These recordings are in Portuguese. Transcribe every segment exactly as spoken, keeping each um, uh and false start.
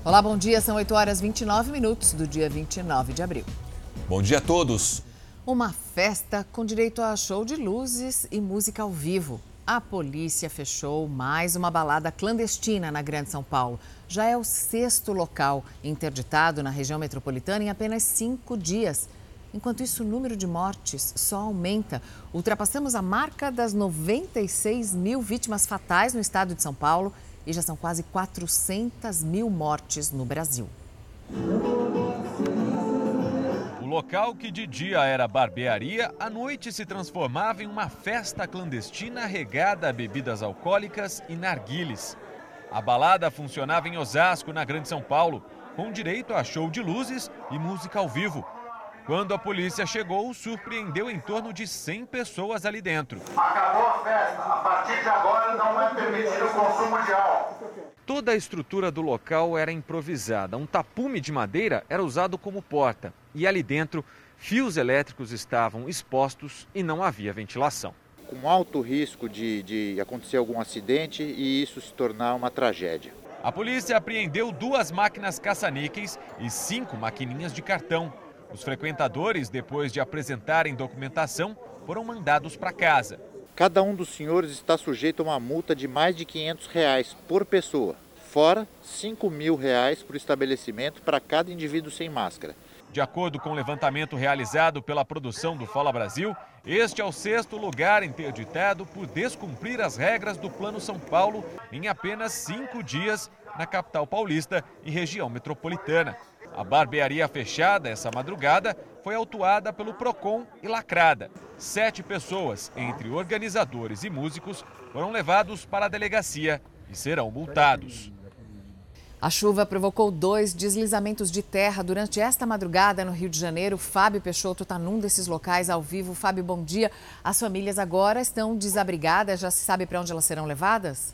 Olá, bom dia. São oito horas e vinte e nove minutos do dia vinte e nove de abril. Bom dia a todos. Uma festa com direito a show de luzes e música ao vivo. A polícia fechou mais uma balada clandestina na Grande São Paulo. Já é o sexto local interditado na região metropolitana em apenas cinco dias. Enquanto isso, o número de mortes só aumenta. Ultrapassamos a marca das noventa e seis mil vítimas fatais no estado de São Paulo e já são quase quatrocentas mil mortes no Brasil. O local que de dia era barbearia, à noite se transformava em uma festa clandestina regada a bebidas alcoólicas e narguiles. A balada funcionava em Osasco, na Grande São Paulo, com direito a show de luzes e música ao vivo. Quando a polícia chegou, surpreendeu em torno de cem pessoas ali dentro. Acabou a festa. A partir de agora não é permitido o consumo de álcool. Toda a estrutura do local era improvisada. Um tapume de madeira era usado como porta. E ali dentro, fios elétricos estavam expostos e não havia ventilação. Com alto risco de, de acontecer algum acidente e isso se tornar uma tragédia. A polícia apreendeu duas máquinas caça-níqueis e cinco maquininhas de cartão. Os frequentadores, depois de apresentarem documentação, foram mandados para casa. Cada um dos senhores está sujeito a uma multa de mais de quinhentos reais por pessoa, fora cinco mil reais por estabelecimento para cada indivíduo sem máscara. De acordo com o levantamento realizado pela produção do Fala Brasil, este é o sexto lugar interditado por descumprir as regras do Plano São Paulo em apenas cinco dias na capital paulista e região metropolitana. A barbearia fechada essa madrugada foi autuada pelo Procon e lacrada. Sete pessoas, entre organizadores e músicos, foram levados para a delegacia e serão multados. A chuva provocou dois deslizamentos de terra durante esta madrugada no Rio de Janeiro. Fábio Peixoto está num desses locais ao vivo. Fábio, bom dia. As famílias agora estão desabrigadas. Já se sabe para onde elas serão levadas?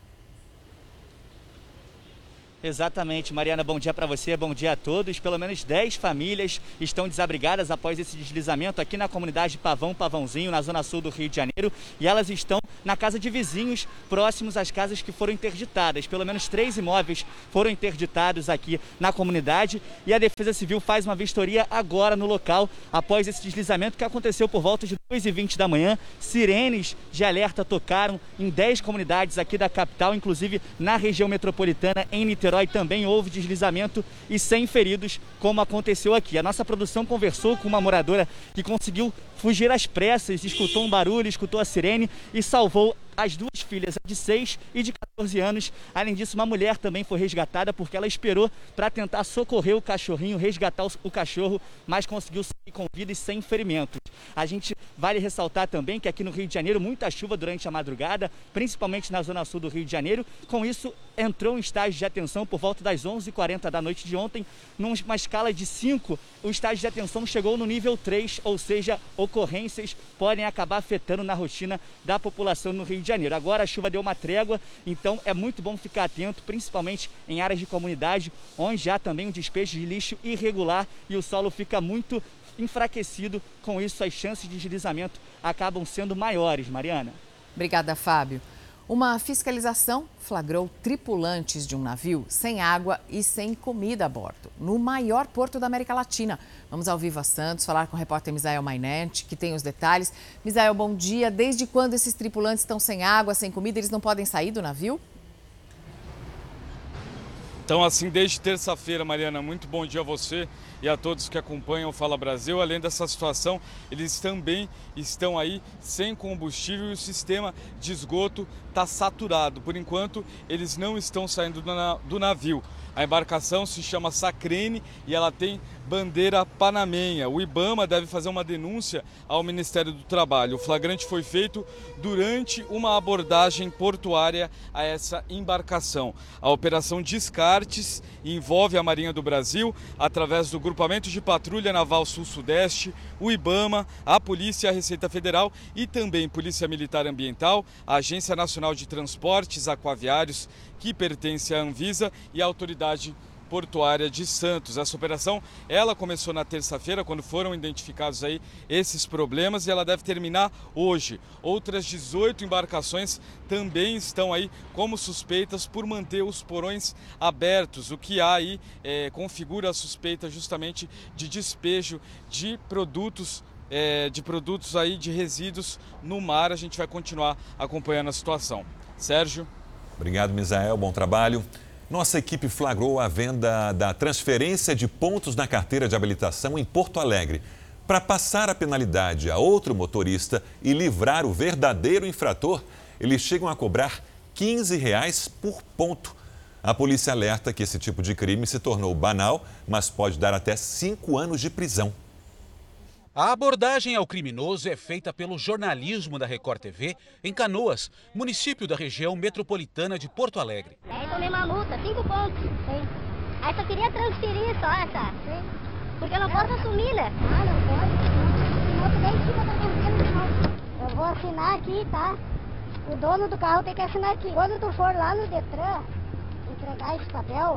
Exatamente, Mariana, bom dia para você, bom dia a todos. Pelo menos dez famílias estão desabrigadas após esse deslizamento aqui na comunidade Pavão Pavãozinho, na zona sul do Rio de Janeiro. E elas estão na casa de vizinhos, próximos às casas que foram interditadas. Pelo menos três imóveis foram interditados aqui na comunidade. E a Defesa Civil faz uma vistoria agora no local, após esse deslizamento que aconteceu por volta de duas e vinte da manhã. Sirenes de alerta tocaram em dez comunidades aqui da capital, inclusive na região metropolitana, em Niterói. Também houve deslizamento e sem feridos, como aconteceu aqui. A nossa produção conversou com uma moradora que conseguiu fugir às pressas, escutou um barulho, escutou a sirene e salvou as duas filhas, a de seis e de quatorze anos. Além disso, uma mulher também foi resgatada porque ela esperou para tentar socorrer o cachorrinho, resgatar o cachorro, mas conseguiu sair com vida e sem ferimentos. A gente vale ressaltar também que aqui no Rio de Janeiro, muita chuva durante a madrugada, principalmente na zona sul do Rio de Janeiro. Com isso, entrou em estágio de atenção por volta das onze e quarenta da noite de ontem. Numa escala de cinco, o estágio de atenção chegou no nível três, ou seja, ocorrências podem acabar afetando na rotina da população no Rio de Janeiro. Agora a chuva deu uma trégua, então é muito bom ficar atento, principalmente em áreas de comunidade, onde há também um despejo de lixo irregular e o solo fica muito enfraquecido. Com isso, as chances de deslizamento acabam sendo maiores. Mariana. Obrigada, Fábio. Uma fiscalização flagrou tripulantes de um navio sem água e sem comida a bordo, no maior porto da América Latina. Vamos ao vivo a Santos falar com o repórter Misael Mainete, que tem os detalhes. Misael, bom dia. Desde quando esses tripulantes estão sem água, sem comida, eles não podem sair do navio? Então, assim, desde terça-feira, Mariana, muito bom dia a você e a todos que acompanham o Fala Brasil. Além dessa situação, eles também estão aí sem combustível e o sistema de esgoto está saturado. Por enquanto, eles não estão saindo do navio. A embarcação se chama Sacrene e ela tem bandeira panamenha. O IBAMA deve fazer uma denúncia ao Ministério do Trabalho. O flagrante foi feito durante uma abordagem portuária a essa embarcação. A operação Descartes envolve a Marinha do Brasil, através do Grupamento de Patrulha Naval Sul-Sudeste, o IBAMA, a Polícia e a Receita Federal e também Polícia Militar Ambiental, a Agência Nacional de Transportes Aquaviários, que pertence à Anvisa, e a Autoridade portuária de Santos. Essa operação, ela começou na terça-feira, quando foram identificados aí esses problemas, e ela deve terminar hoje. Outras dezoito embarcações também estão aí como suspeitas por manter os porões abertos, o que há aí é, configura a suspeita justamente de despejo de produtos É, de produtos aí, de resíduos no mar. A gente vai continuar acompanhando a situação. Sérgio. Obrigado, Misael. Bom trabalho. Nossa equipe flagrou a venda da transferência de pontos na carteira de habilitação em Porto Alegre. Para passar a penalidade a outro motorista e livrar o verdadeiro infrator, eles chegam a cobrar quinze reais por ponto. A polícia alerta que esse tipo de crime se tornou banal, mas pode dar até cinco anos de prisão. A abordagem ao criminoso é feita pelo jornalismo da Record T V em Canoas, município da região metropolitana de Porto Alegre. Aí tomei uma multa, cinco pontos. Sim. Aí só queria transferir só essa. Sim. Porque eu não posso assumir, né? Ah, não pode. Senão tu nem fica transferindo de novo. Eu vou assinar aqui, tá? O dono do carro tem que assinar aqui. Quando tu for lá no Detran entregar esse papel,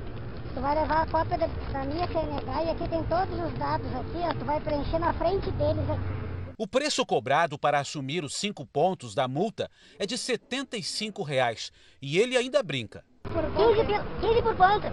tu vai levar a cópia da, da minha C N H e aqui tem todos os dados aqui, ó, tu vai preencher na frente deles aqui. O preço cobrado para assumir os cinco pontos da multa é de setenta e cinco reais e ele ainda brinca. Por quinze por ponto.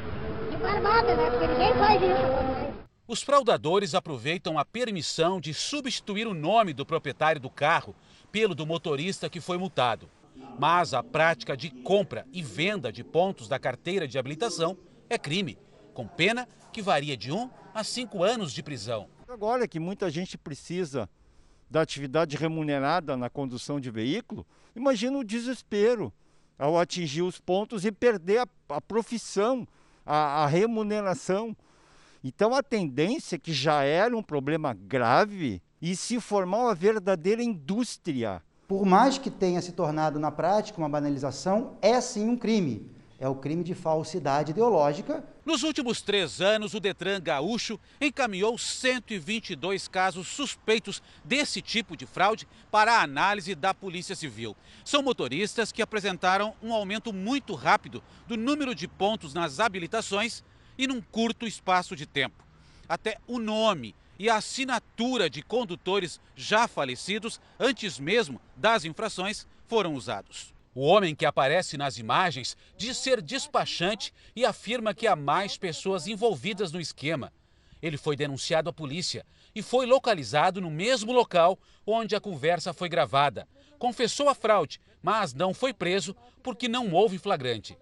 De barbada, né? Porque ninguém faz isso. Os fraudadores aproveitam a permissão de substituir o nome do proprietário do carro pelo do motorista que foi multado. Mas a prática de compra e venda de pontos da carteira de habilitação é crime, com pena que varia de um a cinco anos de prisão. Agora que muita gente precisa da atividade remunerada na condução de veículo, imagina o desespero ao atingir os pontos e perder a, a profissão, a, a remuneração. Então a tendência, que já era um problema grave, e se formar uma verdadeira indústria. Por mais que tenha se tornado na prática uma banalização, é sim um crime. É o crime de falsidade ideológica. Nos últimos três anos, o Detran Gaúcho encaminhou cento e vinte e dois casos suspeitos desse tipo de fraude para a análise da Polícia Civil. São motoristas que apresentaram um aumento muito rápido do número de pontos nas habilitações e num curto espaço de tempo. Até o nome e a assinatura de condutores já falecidos, antes mesmo das infrações, foram usados. O homem que aparece nas imagens diz ser despachante e afirma que há mais pessoas envolvidas no esquema. Ele foi denunciado à polícia e foi localizado no mesmo local onde a conversa foi gravada. Confessou a fraude, mas não foi preso porque não houve flagrante.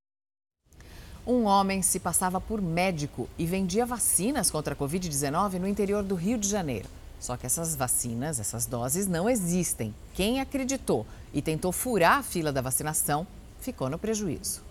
Um homem se passava por médico e vendia vacinas contra a covid dezenove no interior do Rio de Janeiro. Só que essas vacinas, essas doses não existem. Quem acreditou e tentou furar a fila da vacinação ficou no prejuízo.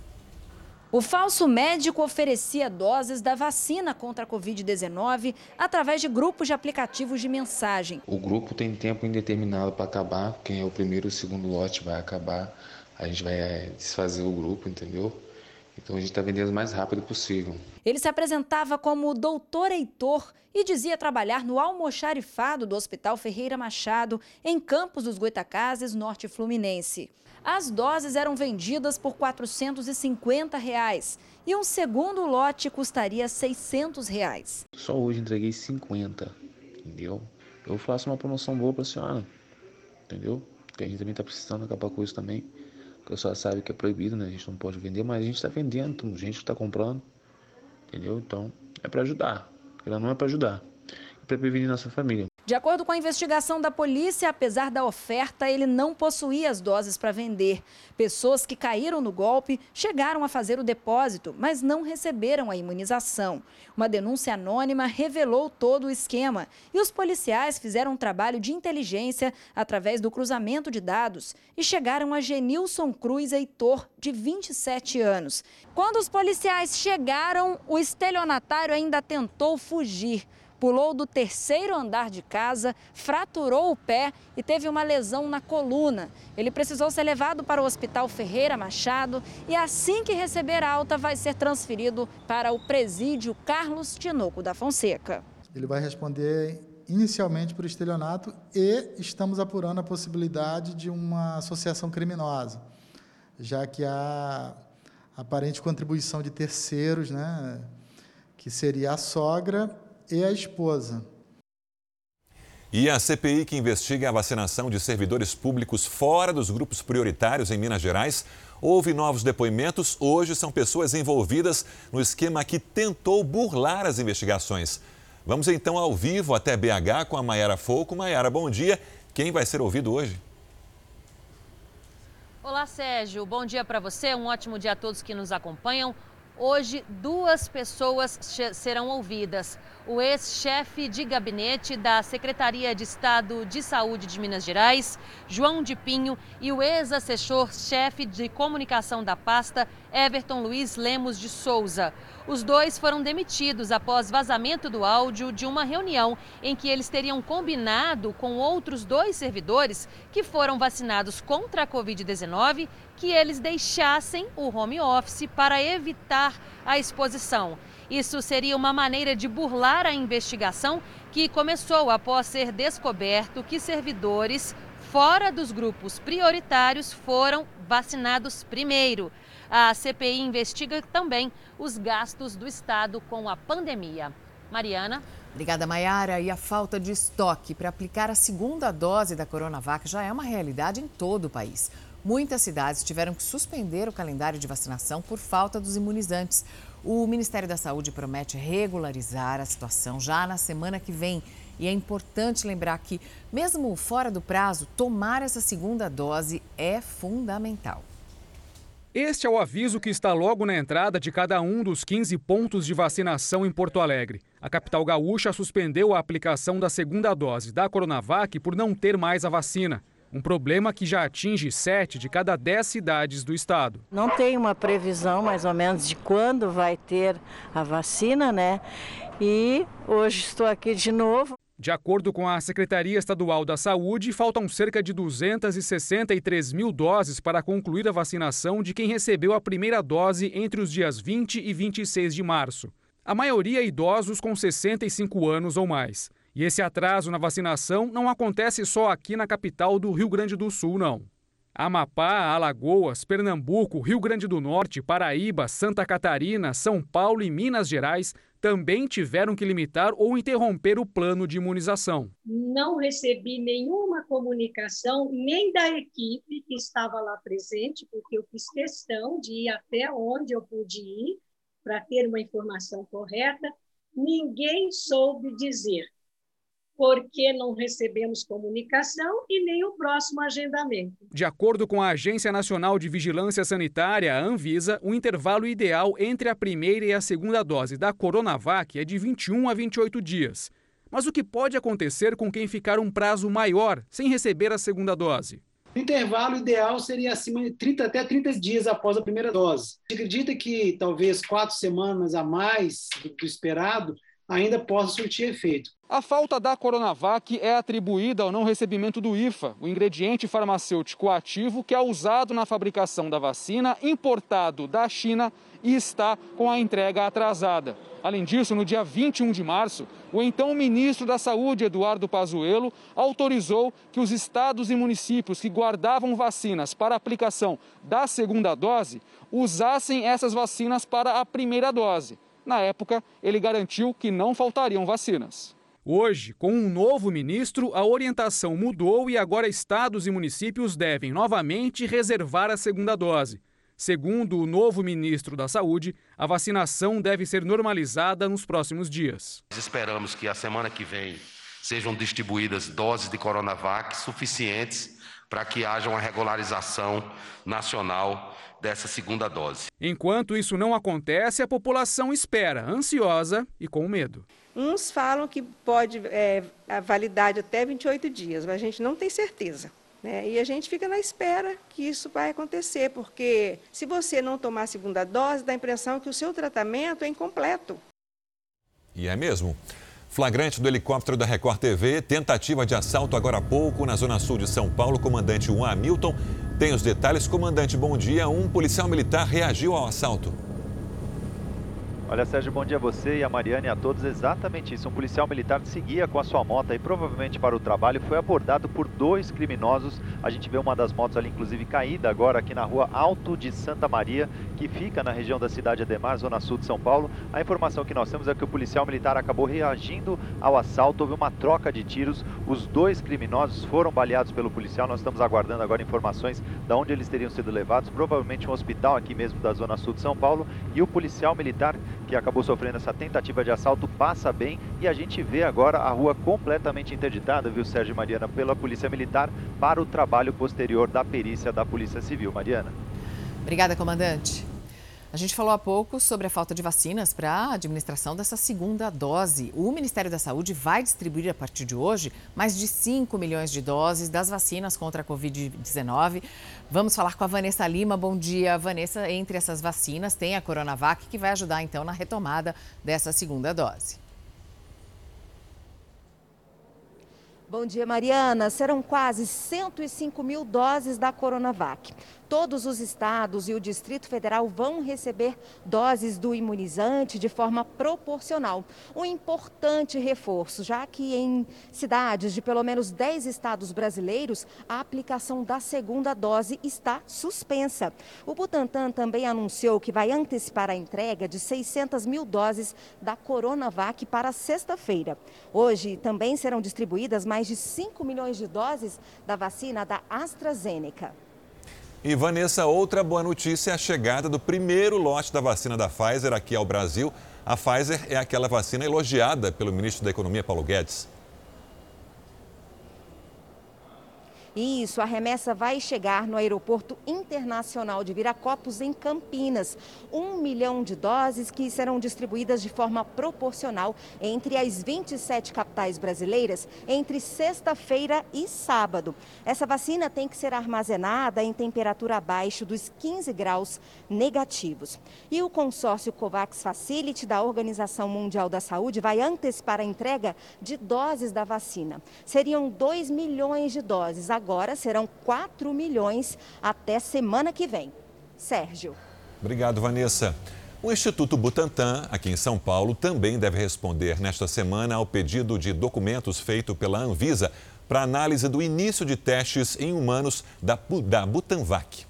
O falso médico oferecia doses da vacina contra a covid dezenove através de grupos de aplicativos de mensagem. O grupo tem tempo indeterminado para acabar. Quem é o primeiro e o segundo lote vai acabar. A gente vai desfazer o grupo, entendeu? Então a gente está vendendo o mais rápido possível. Ele se apresentava como doutor Heitor e dizia trabalhar no almoxarifado do Hospital Ferreira Machado, em Campos dos Goitacazes, norte fluminense. As doses eram vendidas por quatrocentos e cinquenta reais e um segundo lote custaria seiscentos reais. Só hoje entreguei cinquenta, entendeu? Eu faço uma promoção boa para a senhora, entendeu? Porque a gente também está precisando acabar com isso também. O pessoal sabe que é proibido, né? A gente não pode vender, mas a gente está vendendo, tem gente que está comprando, entendeu? Então, é para ajudar. Ela não é para ajudar, é para prevenir nossa família. De acordo com a investigação da polícia, apesar da oferta, ele não possuía as doses para vender. Pessoas que caíram no golpe chegaram a fazer o depósito, mas não receberam a imunização. Uma denúncia anônima revelou todo o esquema e os policiais fizeram um trabalho de inteligência através do cruzamento de dados e chegaram a Genilson Cruz Heitor, de vinte e sete anos. Quando os policiais chegaram, o estelionatário ainda tentou fugir. Pulou do terceiro andar de casa, fraturou o pé e teve uma lesão na coluna. Ele precisou ser levado para o Hospital Ferreira Machado e assim que receber alta vai ser transferido para o presídio Carlos Tinoco da Fonseca. Ele vai responder inicialmente por estelionato e estamos apurando a possibilidade de uma associação criminosa, já que a, aparente contribuição de terceiros, né, que seria a sogra e a esposa. E a C P I que investiga a vacinação de servidores públicos fora dos grupos prioritários em Minas Gerais houve novos depoimentos. Hoje são pessoas envolvidas no esquema que tentou burlar as investigações. Vamos então ao vivo até B H com a Mayara Fouco. Mayara, bom dia. Quem vai ser ouvido hoje? Olá, Sérgio. Bom dia para você. Um ótimo dia a todos que nos acompanham. Hoje, duas pessoas serão ouvidas. O ex-chefe de gabinete da Secretaria de Estado de Saúde de Minas Gerais, João de Pinho, e o ex-assessor-chefe de comunicação da pasta, Everton Luiz Lemos de Souza. Os dois foram demitidos após vazamento do áudio de uma reunião em que eles teriam combinado com outros dois servidores que foram vacinados contra a covid dezenove que eles deixassem o home office para evitar a exposição. Isso seria uma maneira de burlar a investigação que começou após ser descoberto que servidores fora dos grupos prioritários foram vacinados primeiro. A C P I investiga também os gastos do Estado com a pandemia. Mariana. Obrigada, Mayara. E a falta de estoque para aplicar a segunda dose da Coronavac já é uma realidade em todo o país. Muitas cidades tiveram que suspender o calendário de vacinação por falta dos imunizantes. O Ministério da Saúde promete regularizar a situação já na semana que vem. E é importante lembrar que, mesmo fora do prazo, tomar essa segunda dose é fundamental. Este é o aviso que está logo na entrada de cada um dos quinze pontos de vacinação em Porto Alegre. A capital gaúcha suspendeu a aplicação da segunda dose da Coronavac por não ter mais a vacina. Um problema que já atinge sete de cada dez cidades do estado. Não tem uma previsão mais ou menos de quando vai ter a vacina, né? E hoje estou aqui de novo. De acordo com a Secretaria Estadual da Saúde, faltam cerca de duzentas e sessenta e três mil doses para concluir a vacinação de quem recebeu a primeira dose entre os dias vinte e vinte e seis de março. A maioria idosos com sessenta e cinco anos ou mais. E esse atraso na vacinação não acontece só aqui na capital do Rio Grande do Sul, não. Amapá, Alagoas, Pernambuco, Rio Grande do Norte, Paraíba, Santa Catarina, São Paulo e Minas Gerais também tiveram que limitar ou interromper o plano de imunização. Não recebi nenhuma comunicação, nem da equipe que estava lá presente, porque eu fiz questão de ir até onde eu pude ir para ter uma informação correta. Ninguém soube dizer porque não recebemos comunicação e nem o próximo agendamento. De acordo com a Agência Nacional de Vigilância Sanitária, a Anvisa, o intervalo ideal entre a primeira e a segunda dose da Coronavac é de vinte e um a vinte e oito dias. Mas o que pode acontecer com quem ficar um prazo maior sem receber a segunda dose? O intervalo ideal seria acima de trinta até trinta dias após a primeira dose. A gente acredita que talvez quatro semanas a mais do, do esperado ainda possa surtir efeito. A falta da Coronavac é atribuída ao não recebimento do I F A, o ingrediente farmacêutico ativo que é usado na fabricação da vacina, importado da China e está com a entrega atrasada. Além disso, no dia vinte e um de março, o então ministro da Saúde, Eduardo Pazuello, autorizou que os estados e municípios que guardavam vacinas para aplicação da segunda dose usassem essas vacinas para a primeira dose. Na época, ele garantiu que não faltariam vacinas. Hoje, com um novo ministro, a orientação mudou e agora estados e municípios devem novamente reservar a segunda dose. Segundo o novo ministro da Saúde, a vacinação deve ser normalizada nos próximos dias. Esperamos que a semana que vem sejam distribuídas doses de Coronavac suficientes para que haja uma regularização nacional dessa segunda dose. Enquanto isso não acontece, a população espera, ansiosa e com medo. Uns falam que pode é, a validade até vinte e oito dias, mas a gente não tem certeza, né? E a gente fica na espera que isso vai acontecer, porque se você não tomar a segunda dose, dá a impressão que o seu tratamento é incompleto. E é mesmo. Flagrante do helicóptero da Record T V, tentativa de assalto agora há pouco na zona sul de São Paulo. Comandante Juan Hamilton tem os detalhes. Comandante, bom dia. Um policial militar reagiu ao assalto. Olha, Sérgio, bom dia a você e a Mariana e a todos. Exatamente isso. Um policial militar seguia com a sua moto aí, provavelmente para o trabalho, foi abordado por dois criminosos. A gente vê uma das motos ali, inclusive, caída agora aqui na rua Alto de Santa Maria, que fica na região da cidade Ademar, zona sul de São Paulo. A informação que nós temos é que o policial militar acabou reagindo ao assalto. Houve uma troca de tiros. Os dois criminosos foram baleados pelo policial. Nós estamos aguardando agora informações de onde eles teriam sido levados. Provavelmente um hospital aqui mesmo da zona sul de São Paulo. E o policial militar que acabou sofrendo essa tentativa de assalto passa bem, e a gente vê agora a rua completamente interditada, viu, Sérgio e Mariana, pela Polícia Militar para o trabalho posterior da perícia da Polícia Civil. Mariana. Obrigada, comandante. A gente falou há pouco sobre a falta de vacinas para a administração dessa segunda dose. O Ministério da Saúde vai distribuir a partir de hoje mais de cinco milhões de doses das vacinas contra a covid dezenove. Vamos falar com a Vanessa Lima. Bom dia, Vanessa. Entre essas vacinas tem a Coronavac, que vai ajudar então na retomada dessa segunda dose. Bom dia, Mariana. Serão quase cento e cinco mil doses da Coronavac. Todos os estados e o Distrito Federal vão receber doses do imunizante de forma proporcional. Um importante reforço, já que em cidades de pelo menos dez estados brasileiros, a aplicação da segunda dose está suspensa. O Butantan também anunciou que vai antecipar a entrega de seiscentas mil doses da Coronavac para sexta-feira. Hoje também serão distribuídas mais de cinco milhões de doses da vacina da AstraZeneca. E, Vanessa, outra boa notícia é a chegada do primeiro lote da vacina da Pfizer aqui ao Brasil. A Pfizer é aquela vacina elogiada pelo ministro da Economia, Paulo Guedes. Isso, a remessa vai chegar no Aeroporto Internacional de Viracopos, em Campinas. Um milhão de doses que serão distribuídas de forma proporcional entre as vinte e sete capitais brasileiras entre sexta-feira e sábado. Essa vacina tem que ser armazenada em temperatura abaixo dos quinze graus negativos. E o consórcio COVAX Facility da Organização Mundial da Saúde vai antecipar a entrega de doses da vacina. Seriam dois milhões de doses. Agora serão quatro milhões até semana que vem. Sérgio. Obrigado, Vanessa. O Instituto Butantan, aqui em São Paulo, também deve responder nesta semana ao pedido de documentos feito pela Anvisa para análise do início de testes em humanos da, da Butanvac.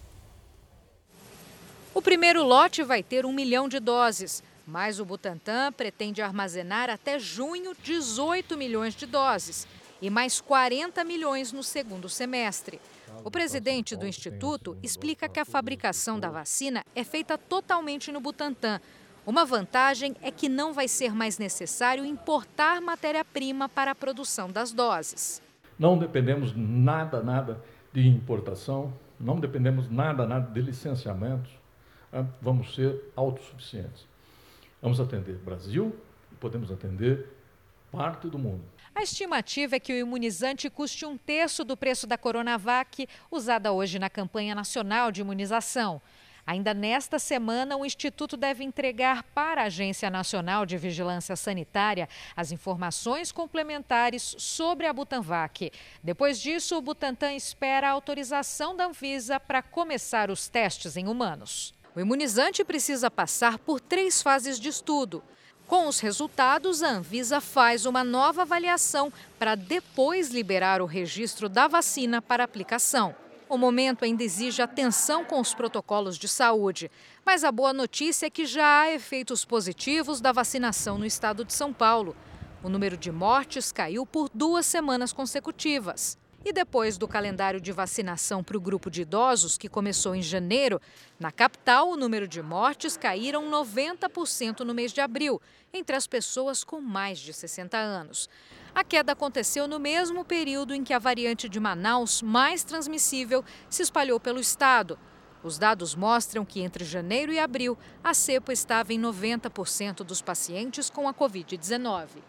O primeiro lote vai ter um milhão de doses, mas o Butantan pretende armazenar até junho dezoito milhões de doses. E mais quarenta milhões no segundo semestre. O presidente do Instituto explica que a fabricação da vacina é feita totalmente no Butantan. Uma vantagem é que não vai ser mais necessário importar matéria-prima para a produção das doses. Não dependemos nada, nada de importação, não dependemos nada, nada de licenciamentos. Vamos ser autossuficientes. Vamos atender o Brasil e podemos atender parte do mundo. A estimativa é que o imunizante custe um terço do preço da Coronavac, usada hoje na campanha nacional de imunização. Ainda nesta semana, o Instituto deve entregar para a Agência Nacional de Vigilância Sanitária as informações complementares sobre a Butanvac. Depois disso, o Butantan espera a autorização da Anvisa para começar os testes em humanos. O imunizante precisa passar por três fases de estudo. Com os resultados, a Anvisa faz uma nova avaliação para depois liberar o registro da vacina para aplicação. O momento ainda exige atenção com os protocolos de saúde, mas a boa notícia é que já há efeitos positivos da vacinação no estado de São Paulo. O número de mortes caiu por duas semanas consecutivas. E depois do calendário de vacinação para o grupo de idosos, que começou em janeiro, na capital o número de mortes caíram noventa por cento no mês de abril, entre as pessoas com mais de sessenta anos. A queda aconteceu no mesmo período em que a variante de Manaus, mais transmissível, se espalhou pelo estado. Os dados mostram que entre janeiro e abril, a cepa estava em noventa por cento dos pacientes com a covid dezenove.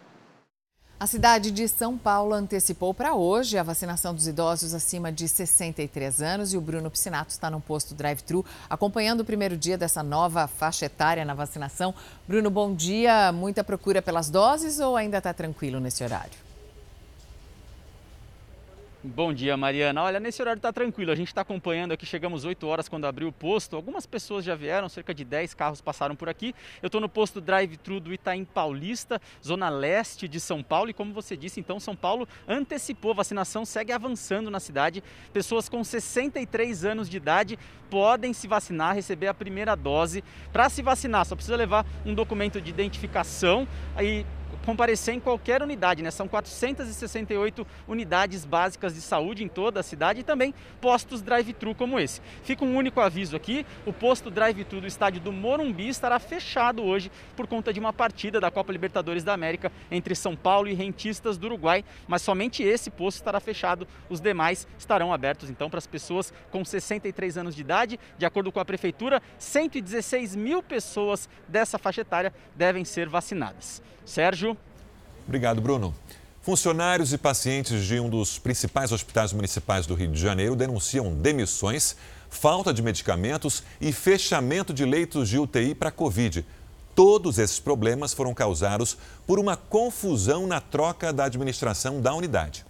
A cidade de São Paulo antecipou para hoje a vacinação dos idosos acima de sessenta e três anos e o Bruno Piscinato está num posto drive-thru acompanhando o primeiro dia dessa nova faixa etária na vacinação. Bruno, bom dia. Muita procura pelas doses ou ainda está tranquilo nesse horário? Bom dia, Mariana. Olha, nesse horário está tranquilo, a gente está acompanhando aqui, chegamos oito horas quando abriu o posto, algumas pessoas já vieram, cerca de dez carros passaram por aqui. Eu estou no posto drive-thru do Itaim Paulista, zona leste de São Paulo, e como você disse, então São Paulo antecipou, a vacinação segue avançando na cidade. Pessoas com sessenta e três anos de idade podem se vacinar, receber a primeira dose. Para se vacinar, só precisa levar um documento de identificação e comparecer em qualquer unidade, né? São quatrocentas e sessenta e oito unidades básicas de saúde em toda a cidade e também postos drive-thru como esse. Fica um único aviso aqui, o posto drive-thru do estádio do Morumbi estará fechado hoje por conta de uma partida da Copa Libertadores da América entre São Paulo e Rentistas do Uruguai, mas somente esse posto estará fechado, os demais estarão abertos então para as pessoas com sessenta e três anos de idade. De acordo com a Prefeitura, cento e dezesseis mil pessoas dessa faixa etária devem ser vacinadas. Sérgio. Obrigado, Bruno. Funcionários e pacientes de um dos principais hospitais municipais do Rio de Janeiro denunciam demissões, falta de medicamentos e fechamento de leitos de U T I para Covid. Todos esses problemas foram causados por uma confusão na troca da administração da unidade.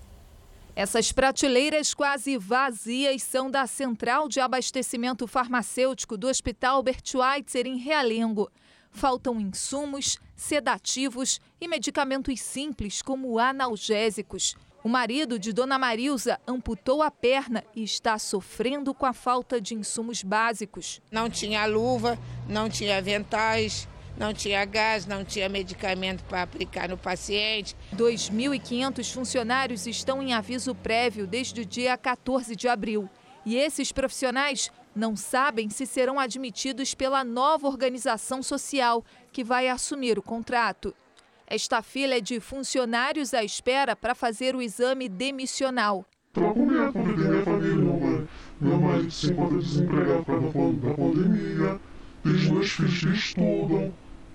Essas prateleiras quase vazias são da Central de Abastecimento Farmacêutico do Hospital Albert Schweitzer, em Realengo. Faltam insumos, sedativos e medicamentos simples como analgésicos. O marido de Dona Marilza amputou a perna e está sofrendo com a falta de insumos básicos. Não tinha luva, não tinha aventais, não tinha gás, não tinha medicamento para aplicar no paciente. dois mil e quinhentos funcionários estão em aviso prévio desde o dia quatorze de abril. E esses profissionais não sabem se serão admitidos pela nova organização social que vai assumir o contrato. Esta fila é de funcionários à espera para fazer o exame demissional. Para comer a comida da minha família, meu, meu marido se encontra desempregado por causa da pandemia, os meus filhos estudam.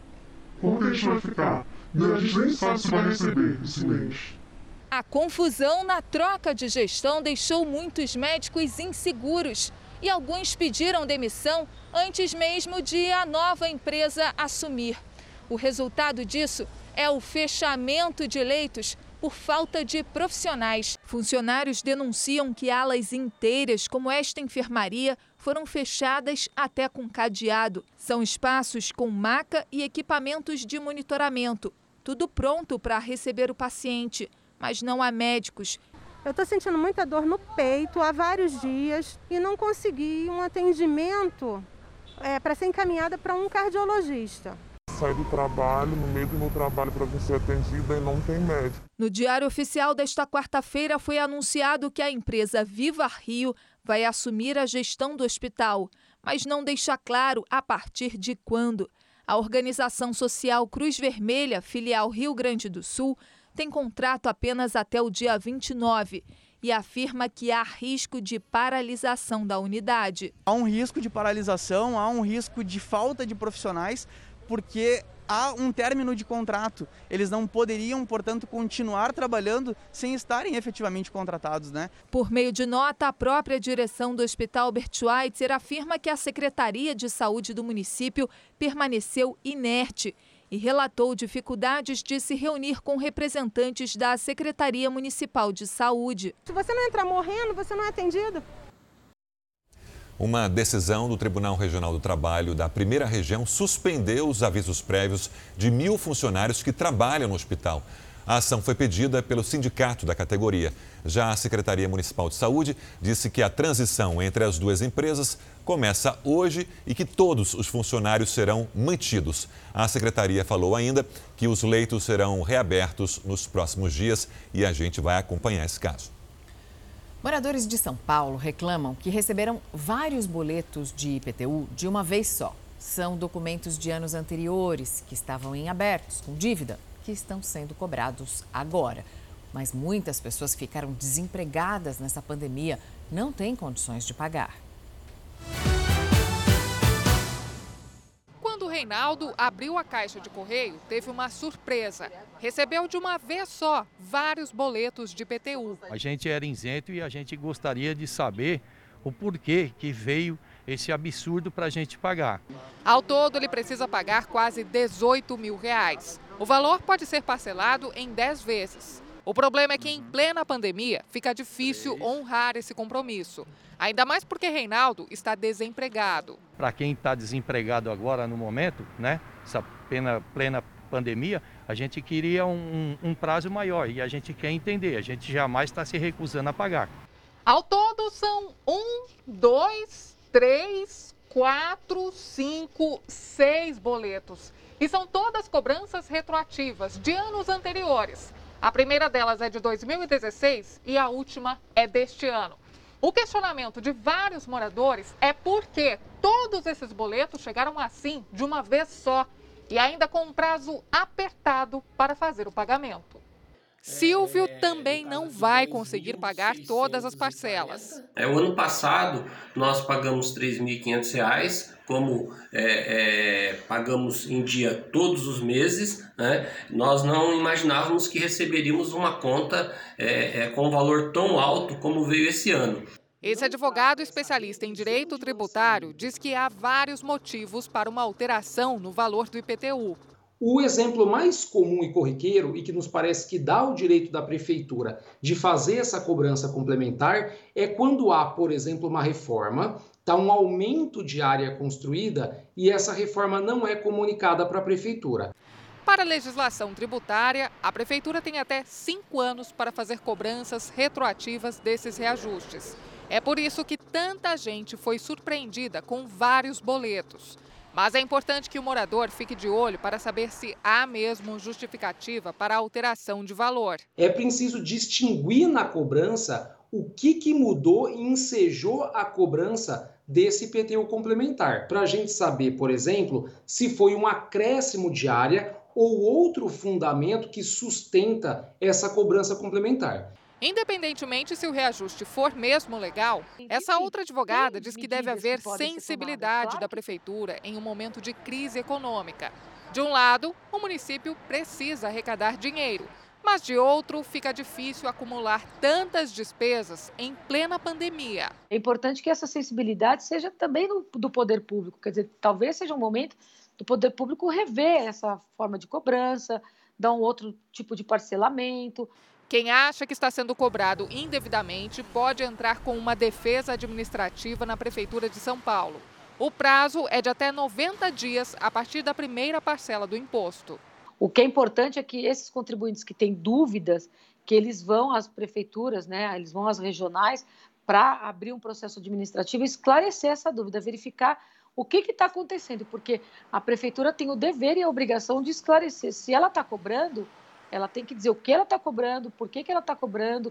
Como que a gente vai ficar? A gente nem sabe se vai receber esse mês. A confusão na troca de gestão deixou muitos médicos inseguros e alguns pediram demissão antes mesmo de a nova empresa assumir. O resultado disso é o fechamento de leitos por falta de profissionais. Funcionários denunciam que alas inteiras, como esta enfermaria, foram fechadas até com cadeado. São espaços com maca e equipamentos de monitoramento, tudo pronto para receber o paciente, mas não há médicos. Eu estou sentindo muita dor no peito há vários dias e não consegui um atendimento é, para ser encaminhada para um cardiologista. Saí do trabalho, no meio do meu trabalho para vir ser atendida e não tem médico. No Diário Oficial desta quarta-feira foi anunciado que a empresa Viva Rio vai assumir a gestão do hospital, mas não deixa claro a partir de quando. A organização social Cruz Vermelha, filial Rio Grande do Sul, tem contrato apenas até o dia vinte e nove e afirma que há risco de paralisação da unidade. Há um risco de paralisação, há um risco de falta de profissionais, porque há um término de contrato. Eles não poderiam, portanto, continuar trabalhando sem estarem efetivamente contratados, né? Por meio de nota, a própria direção do Hospital Albert Schweitzer afirma que a Secretaria de Saúde do município permaneceu inerte e relatou dificuldades de se reunir com representantes da Secretaria Municipal de Saúde. Se você não entrar morrendo, você não é atendido. Uma decisão do Tribunal Regional do Trabalho da Primeira Região suspendeu os avisos prévios de mil funcionários que trabalham no hospital. A ação foi pedida pelo sindicato da categoria. Já a Secretaria Municipal de Saúde disse que a transição entre as duas empresas começa hoje e que todos os funcionários serão mantidos. A Secretaria falou ainda que os leitos serão reabertos nos próximos dias e a gente vai acompanhar esse caso. Moradores de São Paulo reclamam que receberam vários boletos de I P T U de uma vez só. São documentos de anos anteriores que estavam em abertos, com dívida, que estão sendo cobrados agora. Mas muitas pessoas ficaram desempregadas nessa pandemia, não têm condições de pagar. Quando o Reinaldo abriu a caixa de correio, teve uma surpresa. Recebeu de uma vez só vários boletos de I P T U. A gente era isento e a gente gostaria de saber o porquê que veio esse absurdo para a gente pagar. Ao todo, ele precisa pagar quase dezoito mil reais. O valor pode ser parcelado em dez vezes. O problema é que em plena pandemia fica difícil honrar esse compromisso. Ainda mais porque Reinaldo está desempregado. Para quem está desempregado agora no momento, né, essa plena, plena pandemia, a gente queria um, um prazo maior e a gente quer entender, a gente jamais está se recusando a pagar. Ao todo são um, dois, três, quatro, cinco, seis boletos. E são todas cobranças retroativas de anos anteriores. A primeira delas é de dois mil e dezesseis e a última é deste ano. O questionamento de vários moradores é por que todos esses boletos chegaram assim, de uma vez só, e ainda com um prazo apertado para fazer o pagamento. Silvio também não vai conseguir pagar todas as parcelas. É, o ano passado nós pagamos três mil e quinhentos reais, como é, é, pagamos em dia todos os meses, né? Nós não imaginávamos que receberíamos uma conta é, é, com um valor tão alto como veio esse ano. Esse advogado especialista em direito tributário diz que há vários motivos para uma alteração no valor do I P T U. O exemplo mais comum e corriqueiro, e que nos parece que dá o direito da prefeitura de fazer essa cobrança complementar, é quando há, por exemplo, uma reforma, está um aumento de área construída e essa reforma não é comunicada para a prefeitura. Para a legislação tributária, a prefeitura tem até cinco anos para fazer cobranças retroativas desses reajustes. É por isso que tanta gente foi surpreendida com vários boletos. Mas é importante que o morador fique de olho para saber se há mesmo justificativa para a alteração de valor. É preciso distinguir na cobrança o que, que mudou e ensejou a cobrança desse I P T U complementar. Para a gente saber, por exemplo, se foi um acréscimo de área ou outro fundamento que sustenta essa cobrança complementar. Independentemente se o reajuste for mesmo legal, essa outra advogada diz que deve haver sensibilidade da prefeitura em um momento de crise econômica. De um lado, o município precisa arrecadar dinheiro, mas de outro, fica difícil acumular tantas despesas em plena pandemia. É importante que essa sensibilidade seja também do, do poder público, quer dizer, talvez seja um momento do poder público rever essa forma de cobrança, dar um outro tipo de parcelamento. Quem acha que está sendo cobrado indevidamente pode entrar com uma defesa administrativa na Prefeitura de São Paulo. O prazo é de até noventa dias a partir da primeira parcela do imposto. O que é importante é que esses contribuintes que têm dúvidas, que eles vão às prefeituras, né, eles vão às regionais para abrir um processo administrativo e esclarecer essa dúvida, verificar o que está acontecendo, porque a prefeitura tem o dever e a obrigação de esclarecer. Se ela está cobrando, ela tem que dizer o que ela está cobrando, por que, que ela está cobrando.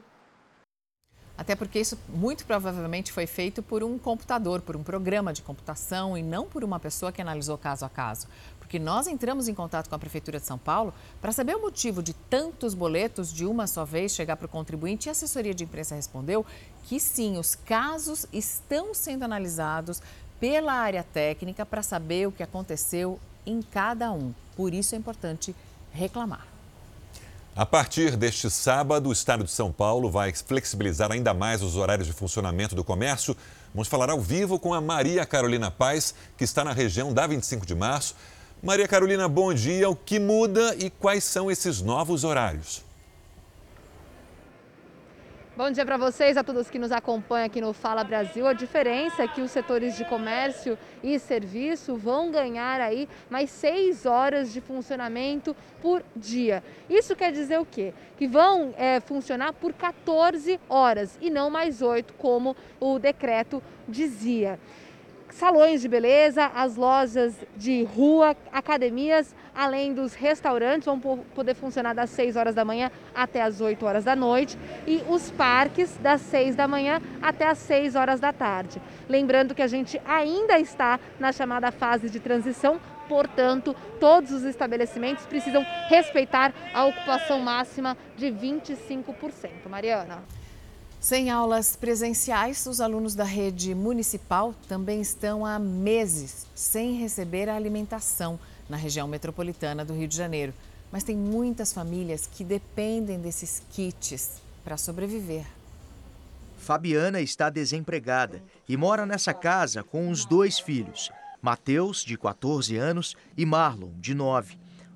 Até porque isso muito provavelmente foi feito por um computador, por um programa de computação e não por uma pessoa que analisou caso a caso. Porque nós entramos em contato com a Prefeitura de São Paulo para saber o motivo de tantos boletos de uma só vez chegar para o contribuinte e a assessoria de imprensa respondeu que sim, os casos estão sendo analisados pela área técnica para saber o que aconteceu em cada um. Por isso é importante reclamar. A partir deste sábado, o estado de São Paulo vai flexibilizar ainda mais os horários de funcionamento do comércio. Vamos falar ao vivo com a Maria Carolina Paes, que está na região da vinte e cinco de março. Maria Carolina, bom dia. O que muda e quais são esses novos horários? Bom dia para vocês, a todos que nos acompanham aqui no Fala Brasil. A diferença é que os setores de comércio e serviço vão ganhar aí mais seis horas de funcionamento por dia. Isso quer dizer o quê? Que vão é, funcionar por quatorze horas e não mais oito, como o decreto dizia. Salões de beleza, as lojas de rua, academias, além dos restaurantes, vão poder funcionar das seis horas da manhã até as oito horas da noite e os parques das seis da manhã até as seis horas da tarde. Lembrando que a gente ainda está na chamada fase de transição, portanto, todos os estabelecimentos precisam respeitar a ocupação máxima de vinte e cinco por cento. Mariana. Sem aulas presenciais, os alunos da rede municipal também estão há meses sem receber a alimentação na região metropolitana do Rio de Janeiro. Mas tem muitas famílias que dependem desses kits para sobreviver. Fabiana está desempregada e mora nessa casa com os dois filhos, Matheus, de quatorze anos, e Marlon, de nove.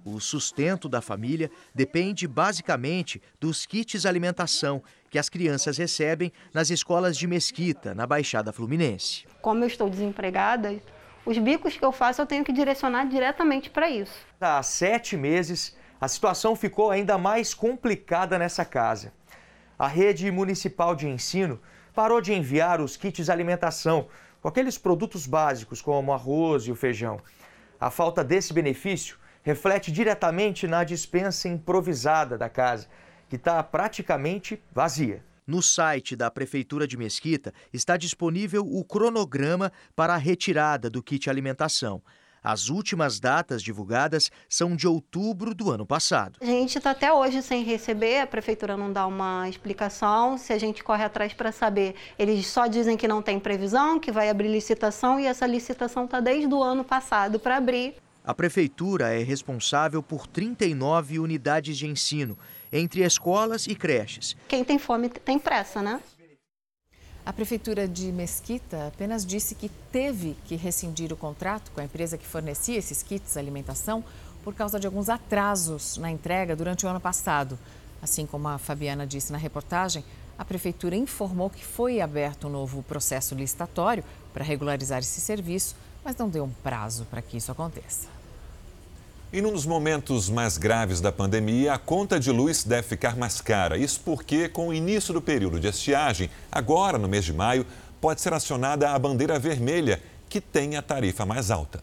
O sustento da família depende basicamente dos kits alimentação que as crianças recebem nas escolas de Mesquita, na Baixada Fluminense. Como eu estou desempregada, os bicos que eu faço eu tenho que direcionar diretamente para isso. Há sete meses, a situação ficou ainda mais complicada nessa casa. A rede municipal de ensino parou de enviar os kits alimentação, com aqueles produtos básicos como arroz e o feijão. A falta desse benefício reflete diretamente na despensa improvisada da casa, que está praticamente vazia. No site da Prefeitura de Mesquita está disponível o cronograma para a retirada do kit alimentação. As últimas datas divulgadas são de outubro do ano passado. A gente está até hoje sem receber, a Prefeitura não dá uma explicação. Se a gente corre atrás para saber, eles só dizem que não tem previsão, que vai abrir licitação, e essa licitação está desde o ano passado para abrir. A Prefeitura é responsável por trinta e nove unidades de ensino, entre escolas e creches. Quem tem fome tem pressa, né? A Prefeitura de Mesquita apenas disse que teve que rescindir o contrato com a empresa que fornecia esses kits de alimentação por causa de alguns atrasos na entrega durante o ano passado. Assim como a Fabiana disse na reportagem, a Prefeitura informou que foi aberto um novo processo licitatório para regularizar esse serviço, mas não deu um prazo para que isso aconteça. E num dos momentos mais graves da pandemia, a conta de luz deve ficar mais cara. Isso porque, com o início do período de estiagem, agora no mês de maio, pode ser acionada a bandeira vermelha, que tem a tarifa mais alta.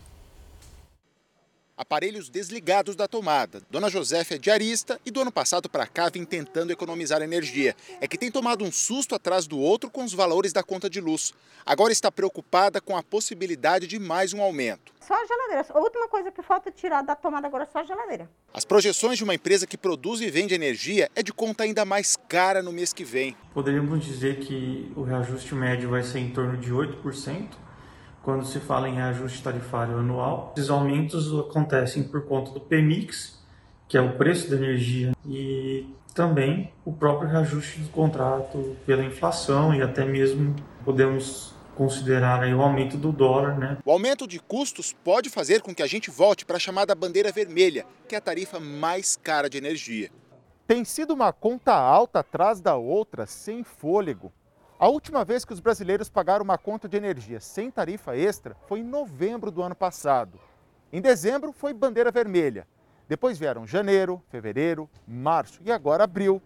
Aparelhos desligados da tomada. Dona Joséfa é diarista e do ano passado para cá vem tentando economizar energia. É que tem tomado um susto atrás do outro com os valores da conta de luz. Agora está preocupada com a possibilidade de mais um aumento. Só a geladeira. A última coisa que falta tirar da tomada agora é só a geladeira. As projeções de uma empresa que produz e vende energia é de conta ainda mais cara no mês que vem. Poderíamos dizer que o reajuste médio vai ser em torno de oito por cento. Quando se fala em reajuste tarifário anual. Esses aumentos acontecem por conta do P M I X, que é o preço da energia, e também o próprio reajuste do contrato pela inflação e até mesmo podemos considerar aí o aumento do dólar, né? O aumento de custos pode fazer com que a gente volte para a chamada bandeira vermelha, que é a tarifa mais cara de energia. Tem sido uma conta alta atrás da outra, sem fôlego. A última vez que os brasileiros pagaram uma conta de energia sem tarifa extra foi em novembro do ano passado. Em dezembro foi bandeira vermelha. Depois vieram janeiro, fevereiro, março e agora abril.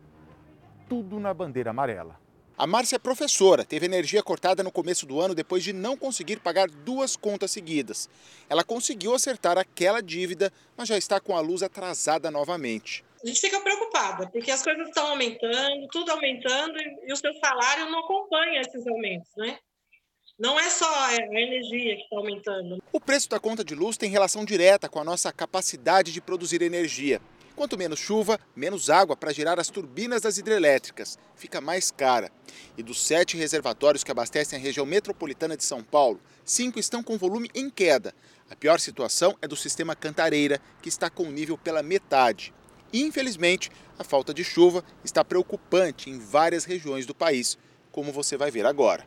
Tudo na bandeira amarela. A Márcia é professora, teve energia cortada no começo do ano depois de não conseguir pagar duas contas seguidas. Ela conseguiu acertar aquela dívida, mas já está com a luz atrasada novamente. A gente fica preocupada, porque as coisas estão aumentando, tudo aumentando, e o seu salário não acompanha esses aumentos, né? Não é só a energia que está aumentando. O preço da conta de luz tem relação direta com a nossa capacidade de produzir energia. Quanto menos chuva, menos água para gerar as turbinas das hidrelétricas. Fica mais cara. E dos sete reservatórios que abastecem a região metropolitana de São Paulo, cinco estão com volume em queda. A pior situação é do sistema Cantareira, que está com o nível pela metade. E, infelizmente, a falta de chuva está preocupante em várias regiões do país, como você vai ver agora.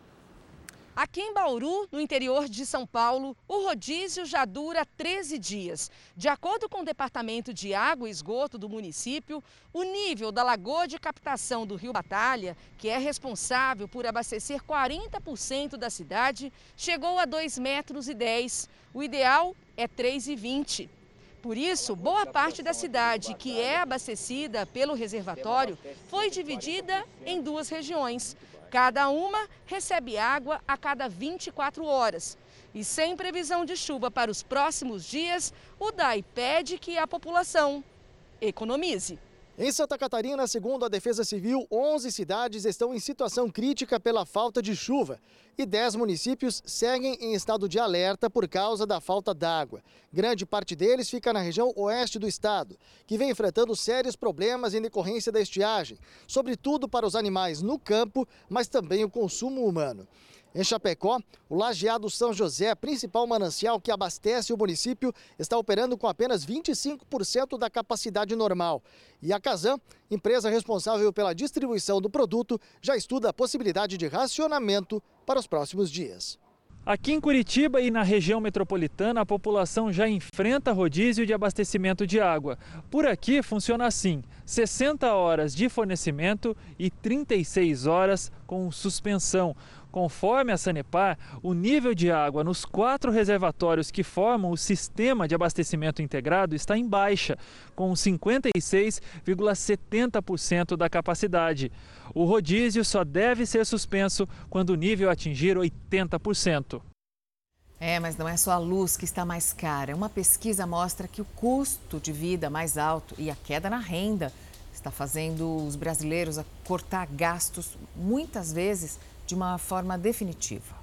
Aqui em Bauru, no interior de São Paulo, o rodízio já dura treze dias. De acordo com o Departamento de Água e Esgoto do município, o nível da lagoa de captação do Rio Batalha, que é responsável por abastecer quarenta por cento da cidade, chegou a dois metros e dez. O ideal é três e vinte. Por isso, boa parte da cidade que é abastecida pelo reservatório foi dividida em duas regiões. Cada uma recebe água a cada vinte e quatro horas. E sem previsão de chuva para os próximos dias, o D A I pede que a população economize. Em Santa Catarina, segundo a Defesa Civil, onze cidades estão em situação crítica pela falta de chuva e dez municípios seguem em estado de alerta por causa da falta d'água. Grande parte deles fica na região oeste do estado, que vem enfrentando sérios problemas em decorrência da estiagem, sobretudo para os animais no campo, mas também o consumo humano. Em Chapecó, o Lajeado São José, principal manancial que abastece o município, está operando com apenas vinte e cinco por cento da capacidade normal. E a Casan, empresa responsável pela distribuição do produto, já estuda a possibilidade de racionamento para os próximos dias. Aqui em Curitiba e na região metropolitana, a população já enfrenta rodízio de abastecimento de água. Por aqui funciona assim: sessenta horas de fornecimento e trinta e seis horas com suspensão. Conforme a Sanepar, o nível de água nos quatro reservatórios que formam o sistema de abastecimento integrado está em baixa, com cinquenta e seis vírgula setenta por cento da capacidade. O rodízio só deve ser suspenso quando o nível atingir oitenta por cento. É, mas não é só a luz que está mais cara. Uma pesquisa mostra que o custo de vida mais alto e a queda na renda está fazendo os brasileiros a cortar gastos, muitas vezes de uma forma definitiva.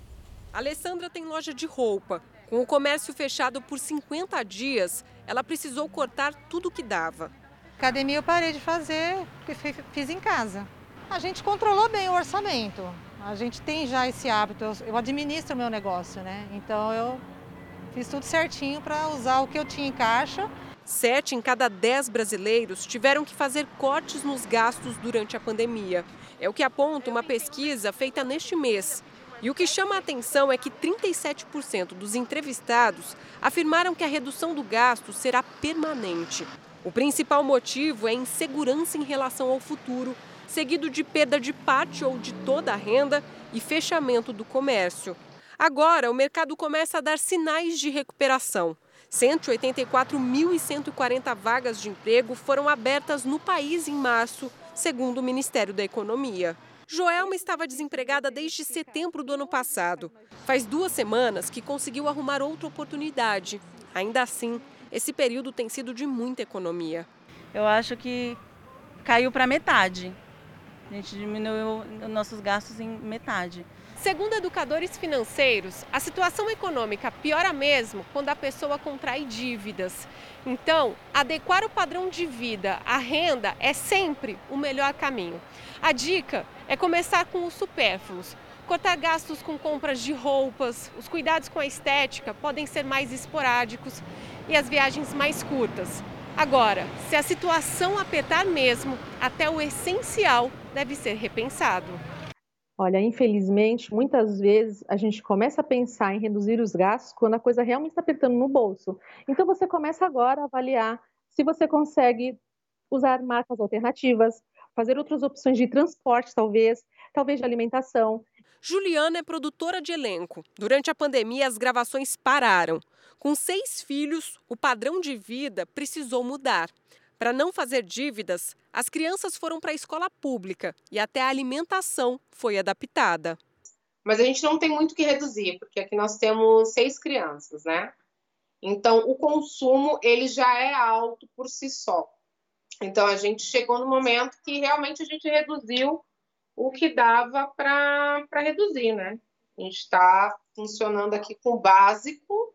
A Alessandra tem loja de roupa. Com o comércio fechado por cinquenta dias, ela precisou cortar tudo o que dava. Academia eu parei de fazer, porque fiz em casa. A gente controlou bem o orçamento. A gente tem já esse hábito, eu administro o meu negócio, né? Então eu fiz tudo certinho para usar o que eu tinha em caixa. Sete em cada dez brasileiros tiveram que fazer cortes nos gastos durante a pandemia. É o que aponta uma pesquisa feita neste mês. E o que chama a atenção é que trinta e sete por cento dos entrevistados afirmaram que a redução do gasto será permanente. O principal motivo é insegurança em relação ao futuro, seguido de perda de parte ou de toda a renda e fechamento do comércio. Agora, o mercado começa a dar sinais de recuperação. cento e oitenta e quatro mil e cento e quarenta vagas de emprego foram abertas no país em março, segundo o Ministério da Economia. Joelma estava desempregada desde setembro do ano passado. Faz duas semanas que conseguiu arrumar outra oportunidade. Ainda assim, esse período tem sido de muita economia. Eu acho que caiu para metade. A gente diminuiu nossos gastos em metade. Segundo educadores financeiros, a situação econômica piora mesmo quando a pessoa contrai dívidas. Então, adequar o padrão de vida à renda é sempre o melhor caminho. A dica é começar com os supérfluos. Cortar gastos com compras de roupas, os cuidados com a estética podem ser mais esporádicos e as viagens mais curtas. Agora, se a situação apertar mesmo, até o essencial deve ser repensado. Olha, infelizmente, muitas vezes a gente começa a pensar em reduzir os gastos quando a coisa realmente está apertando no bolso. Então você começa agora a avaliar se você consegue usar marcas alternativas, fazer outras opções de transporte talvez, talvez de alimentação. Juliana é produtora de elenco. Durante a pandemia, as gravações pararam. Com seis filhos, o padrão de vida precisou mudar. Para não fazer dívidas, as crianças foram para a escola pública e até a alimentação foi adaptada. Mas a gente não tem muito o que reduzir, porque aqui nós temos seis crianças, né? Então, o consumo ele já é alto por si só. Então, a gente chegou no momento que realmente a gente reduziu o que dava para reduzir, né? A gente está funcionando aqui com o básico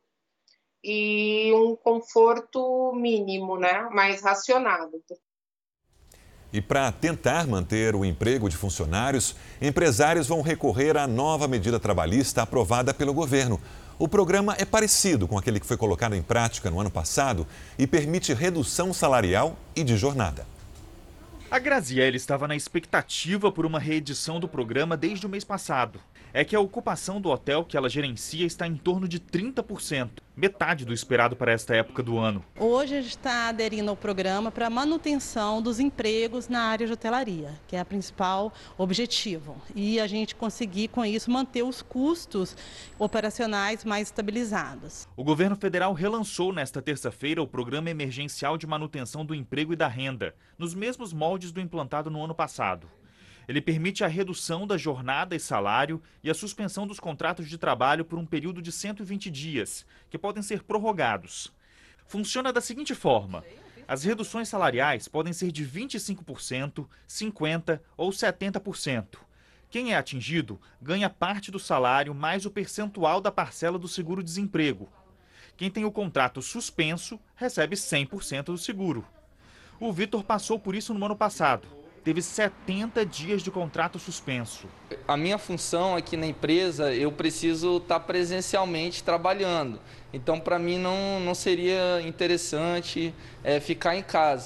e um conforto mínimo, né? Mais racionado. E para tentar manter o emprego de funcionários, empresários vão recorrer à nova medida trabalhista aprovada pelo governo. O programa é parecido com aquele que foi colocado em prática no ano passado e permite redução salarial e de jornada. A Graziele estava na expectativa por uma reedição do programa desde o mês passado. É que a ocupação do hotel que ela gerencia está em torno de trinta por cento, metade do esperado para esta época do ano. Hoje a gente está aderindo ao programa para a manutenção dos empregos na área de hotelaria, que é o principal objetivo. E a gente conseguir, com isso, manter os custos operacionais mais estabilizados. O governo federal relançou nesta terça-feira o Programa Emergencial de Manutenção do Emprego e da Renda, nos mesmos moldes do implantado no ano passado. Ele permite a redução da jornada e salário e a suspensão dos contratos de trabalho por um período de cento e vinte dias, que podem ser prorrogados. Funciona da seguinte forma: as reduções salariais podem ser de vinte e cinco por cento, cinquenta por cento ou setenta por cento. Quem é atingido ganha parte do salário mais o percentual da parcela do seguro-desemprego. Quem tem o contrato suspenso recebe cem por cento do seguro. O Vitor passou por isso no ano passado. Teve setenta dias de contrato suspenso. A minha função aqui na empresa, eu preciso estar presencialmente trabalhando. Então, para mim, não, não seria interessante é, ficar em casa.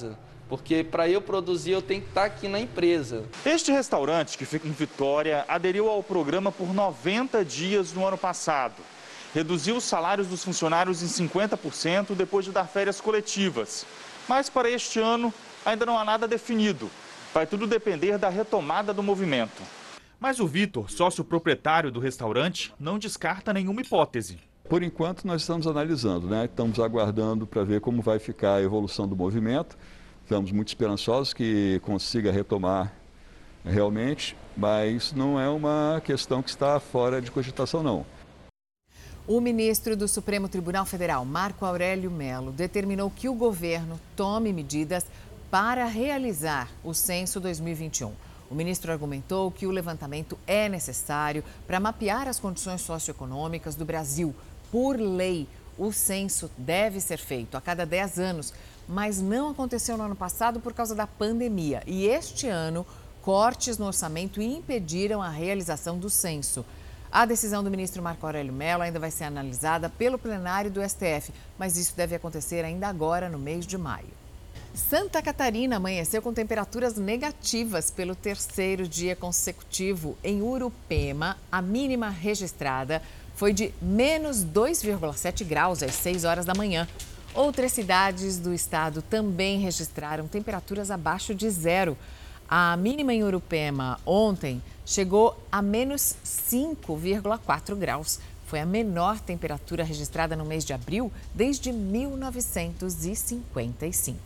porque para eu produzir eu tenho que estar aqui na empresa. Este restaurante, que fica em Vitória, aderiu ao programa por noventa dias no ano passado. Reduziu os salários dos funcionários em cinquenta por cento depois de dar férias coletivas. Mas para este ano ainda não há nada definido. Vai tudo depender da retomada do movimento. Mas o Vitor, sócio proprietário do restaurante, não descarta nenhuma hipótese. Por enquanto nós estamos analisando, né? Estamos aguardando para ver como vai ficar a evolução do movimento. Estamos muito esperançosos que consiga retomar realmente, mas não é uma questão que está fora de cogitação, não. O ministro do Supremo Tribunal Federal, Marco Aurélio Mello, determinou que o governo tome medidas para realizar o censo dois mil e vinte e um. O ministro argumentou que o levantamento é necessário para mapear as condições socioeconômicas do Brasil. Por lei, o censo deve ser feito a cada dez anos, mas não aconteceu no ano passado por causa da pandemia. E este ano, cortes no orçamento impediram a realização do censo. A decisão do ministro Marco Aurélio Mello ainda vai ser analisada pelo plenário do S T F, mas isso deve acontecer ainda agora, no mês de maio. Santa Catarina amanheceu com temperaturas negativas pelo terceiro dia consecutivo. Em Urupema, a mínima registrada foi de menos dois vírgula sete graus às seis horas da manhã. Outras cidades do estado também registraram temperaturas abaixo de zero. A mínima em Urupema ontem chegou a menos cinco vírgula quatro graus. Foi a menor temperatura registrada no mês de abril desde mil novecentos e cinquenta e cinco.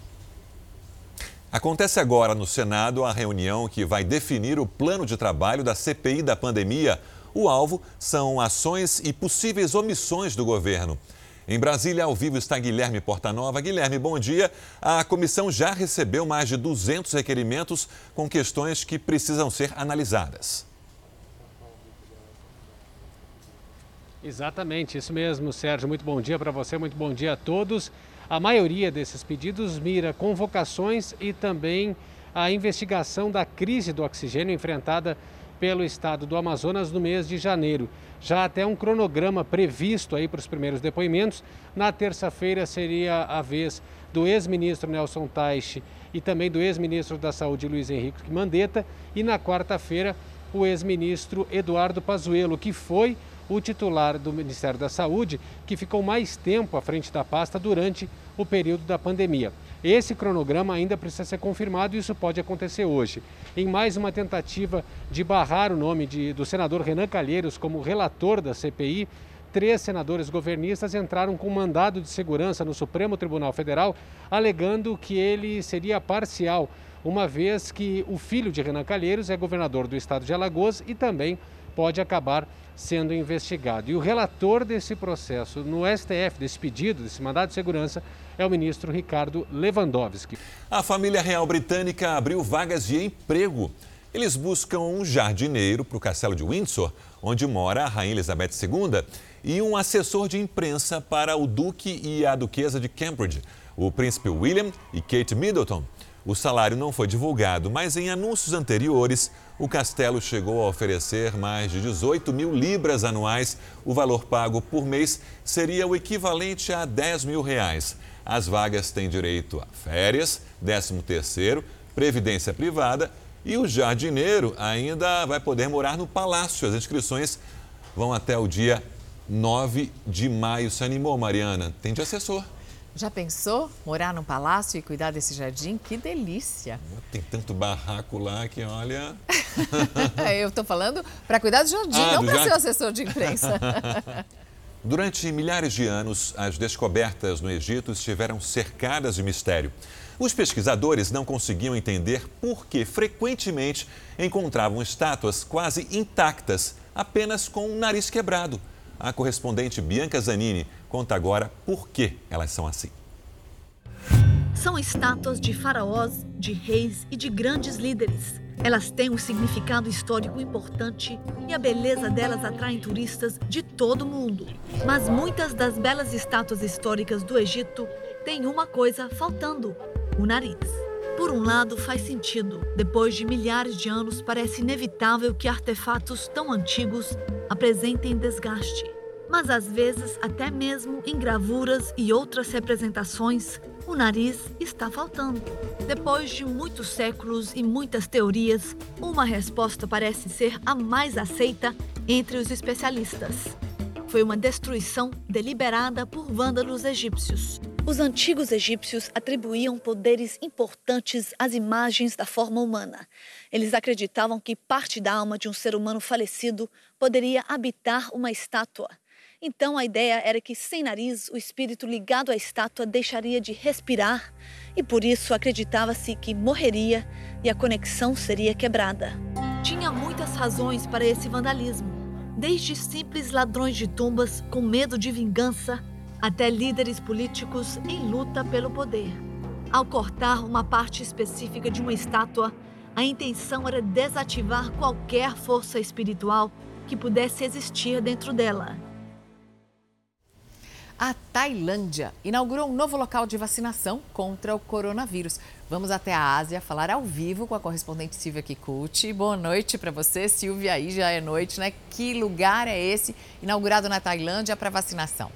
Acontece agora no Senado a reunião que vai definir o plano de trabalho da C P I da pandemia. O alvo são ações e possíveis omissões do governo. Em Brasília, ao vivo, está Guilherme Portanova. Guilherme, bom dia. A comissão já recebeu mais de duzentos requerimentos com questões que precisam ser analisadas. Exatamente, isso mesmo, Sérgio. Muito bom dia para você, muito bom dia a todos. A maioria desses pedidos mira convocações e também a investigação da crise do oxigênio enfrentada pelo estado do Amazonas no mês de janeiro. Já até um cronograma previsto aí para os primeiros depoimentos. Na terça-feira seria a vez do ex-ministro Nelson Teich e também do ex-ministro da Saúde Luiz Henrique Mandetta e na quarta-feira o ex-ministro Eduardo Pazuello, que foi o titular do Ministério da Saúde, que ficou mais tempo à frente da pasta durante o período da pandemia. Esse cronograma ainda precisa ser confirmado e isso pode acontecer hoje. Em mais uma tentativa de barrar o nome de, do senador Renan Calheiros como relator da C P I, três senadores governistas entraram com mandado de segurança no Supremo Tribunal Federal, alegando que ele seria parcial, uma vez que o filho de Renan Calheiros é governador do estado de Alagoas e também pode acabar sendo investigado. E o relator desse processo no S T F, desse pedido, desse mandado de segurança, é o ministro Ricardo Lewandowski. A família real britânica abriu vagas de emprego. Eles buscam um jardineiro para o castelo de Windsor, onde mora a rainha Elizabeth segunda, e um assessor de imprensa para o duque e a duquesa de Cambridge, o príncipe William e Kate Middleton. O salário não foi divulgado, mas em anúncios anteriores, o castelo chegou a oferecer mais de dezoito mil libras anuais. O valor pago por mês seria o equivalente a dez mil reais. As vagas têm direito a férias, décimo terceiro, previdência privada e o jardineiro ainda vai poder morar no palácio. As inscrições vão até o dia nove de maio. Se animou, Mariana? Tem de assessor. Já pensou morar num palácio e cuidar desse jardim? Que delícia! Tem tanto barraco lá que, olha... Eu estou falando para cuidar do jardim, ah, não para ser assessor de imprensa. Durante milhares de anos, as descobertas no Egito estiveram cercadas de mistério. Os pesquisadores não conseguiam entender por que frequentemente encontravam estátuas quase intactas, apenas com o nariz quebrado. A correspondente Bianca Zanini conta agora por que elas são assim. São estátuas de faraós, de reis e de grandes líderes. Elas têm um significado histórico importante e a beleza delas atrai turistas de todo o mundo. Mas muitas das belas estátuas históricas do Egito têm uma coisa faltando: o nariz. Por um lado, faz sentido. Depois de milhares de anos, parece inevitável que artefatos tão antigos apresentem desgaste. Mas às vezes, até mesmo em gravuras e outras representações, o nariz está faltando. Depois de muitos séculos e muitas teorias, uma resposta parece ser a mais aceita entre os especialistas. Foi uma destruição deliberada por vândalos egípcios. Os antigos egípcios atribuíam poderes importantes às imagens da forma humana. Eles acreditavam que parte da alma de um ser humano falecido poderia habitar uma estátua. Então a ideia era que, sem nariz, o espírito ligado à estátua deixaria de respirar e por isso acreditava-se que morreria e a conexão seria quebrada. Tinha muitas razões para esse vandalismo, desde simples ladrões de tumbas com medo de vingança até líderes políticos em luta pelo poder. Ao cortar uma parte específica de uma estátua, a intenção era desativar qualquer força espiritual que pudesse existir dentro dela. A Tailândia inaugurou um novo local de vacinação contra o coronavírus. Vamos até a Ásia falar ao vivo com a correspondente Silvia Kikuchi. Boa noite para você, Silvia. Aí já é noite, né? Que lugar é esse inaugurado na Tailândia para vacinação?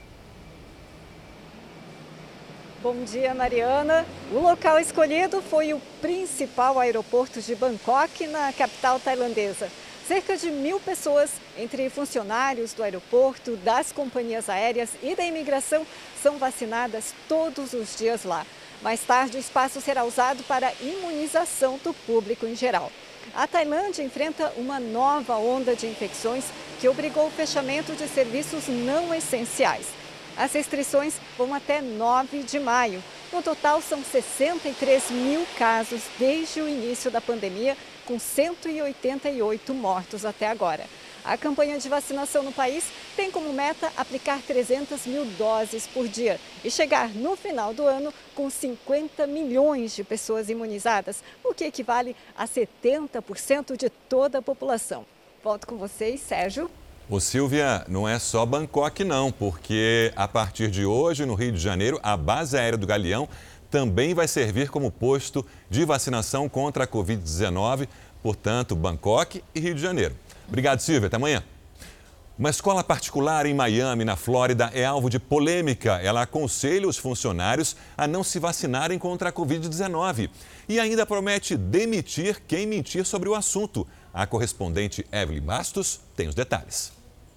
Bom dia, Mariana. O local escolhido foi o principal aeroporto de Bangkok, na capital tailandesa. Cerca de mil pessoas, entre funcionários do aeroporto, das companhias aéreas e da imigração, são vacinadas todos os dias lá. Mais tarde, o espaço será usado para imunização do público em geral. A Tailândia enfrenta uma nova onda de infecções que obrigou o fechamento de serviços não essenciais. As restrições vão até nove de maio. No total, são sessenta e três mil casos desde o início da pandemia, com cento e oitenta e oito mortos até agora. A campanha de vacinação no país tem como meta aplicar trezentas mil doses por dia e chegar no final do ano com cinquenta milhões de pessoas imunizadas, o que equivale a setenta por cento de toda a população. Volto com vocês, Sérgio. Ô Silvia, não é só Bangkok não, porque a partir de hoje, no Rio de Janeiro, a base aérea do Galeão também vai servir como posto de vacinação contra a covid dezenove, portanto, Bangkok e Rio de Janeiro. Obrigado, Silvia. Até amanhã. Uma escola particular em Miami, na Flórida, é alvo de polêmica. Ela aconselha os funcionários a não se vacinarem contra a covid dezenove e ainda promete demitir quem mentir sobre o assunto. A correspondente Evelyn Bastos tem os detalhes.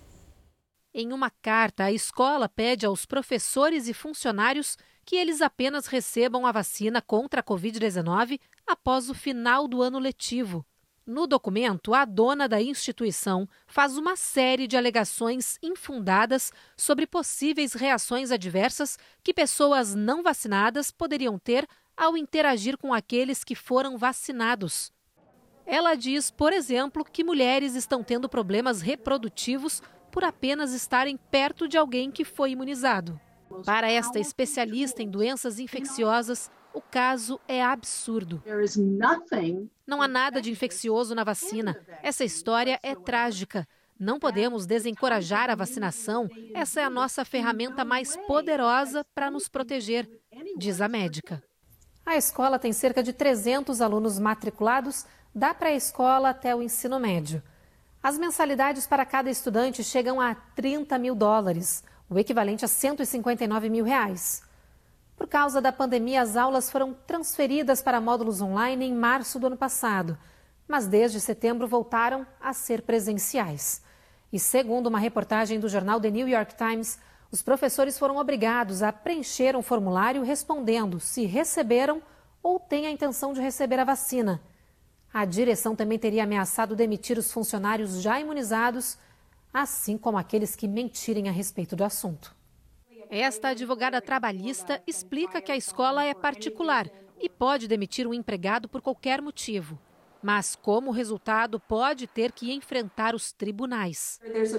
Em uma carta, a escola pede aos professores e funcionários que eles apenas recebam a vacina contra a covid dezenove após o final do ano letivo. No documento, a dona da instituição faz uma série de alegações infundadas sobre possíveis reações adversas que pessoas não vacinadas poderiam ter ao interagir com aqueles que foram vacinados. Ela diz, por exemplo, que mulheres estão tendo problemas reprodutivos por apenas estarem perto de alguém que foi imunizado. Para esta especialista em doenças infecciosas, o caso é absurdo. Não há nada de infeccioso na vacina. Essa história é trágica. Não podemos desencorajar a vacinação. Essa é a nossa ferramenta mais poderosa para nos proteger, diz a médica. A escola tem cerca de trezentos alunos matriculados da pré-escola até o ensino médio. As mensalidades para cada estudante chegam a trinta mil dólares, o equivalente a cento e cinquenta e nove mil reais. Por causa da pandemia, as aulas foram transferidas para módulos online em março do ano passado, mas desde setembro voltaram a ser presenciais. E segundo uma reportagem do jornal The New York Times, os professores foram obrigados a preencher um formulário respondendo se receberam ou têm a intenção de receber a vacina. A direção também teria ameaçado demitir os funcionários já imunizados, assim como aqueles que mentirem a respeito do assunto. Esta advogada trabalhista explica que a escola é particular e pode demitir um empregado por qualquer motivo. Mas, como resultado, pode ter que enfrentar os tribunais.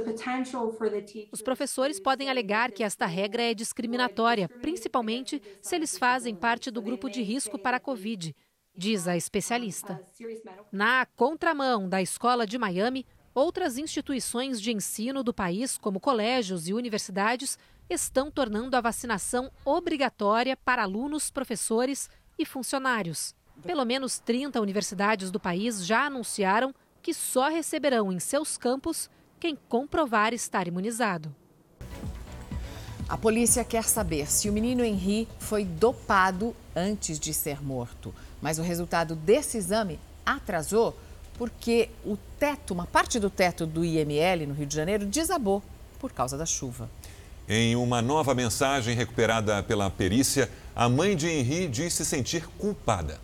Os professores podem alegar que esta regra é discriminatória, principalmente se eles fazem parte do grupo de risco para a Covid, diz a especialista. Na contramão da escola de Miami, outras instituições de ensino do país, como colégios e universidades, estão tornando a vacinação obrigatória para alunos, professores e funcionários. Pelo menos trinta universidades do país já anunciaram que só receberão em seus campus quem comprovar estar imunizado. A polícia quer saber se o menino Henri foi dopado antes de ser morto. Mas o resultado desse exame atrasou porque o teto, uma parte do teto do I M L no Rio de Janeiro desabou por causa da chuva. Em uma nova mensagem recuperada pela perícia, a mãe de Henri diz se sentir culpada.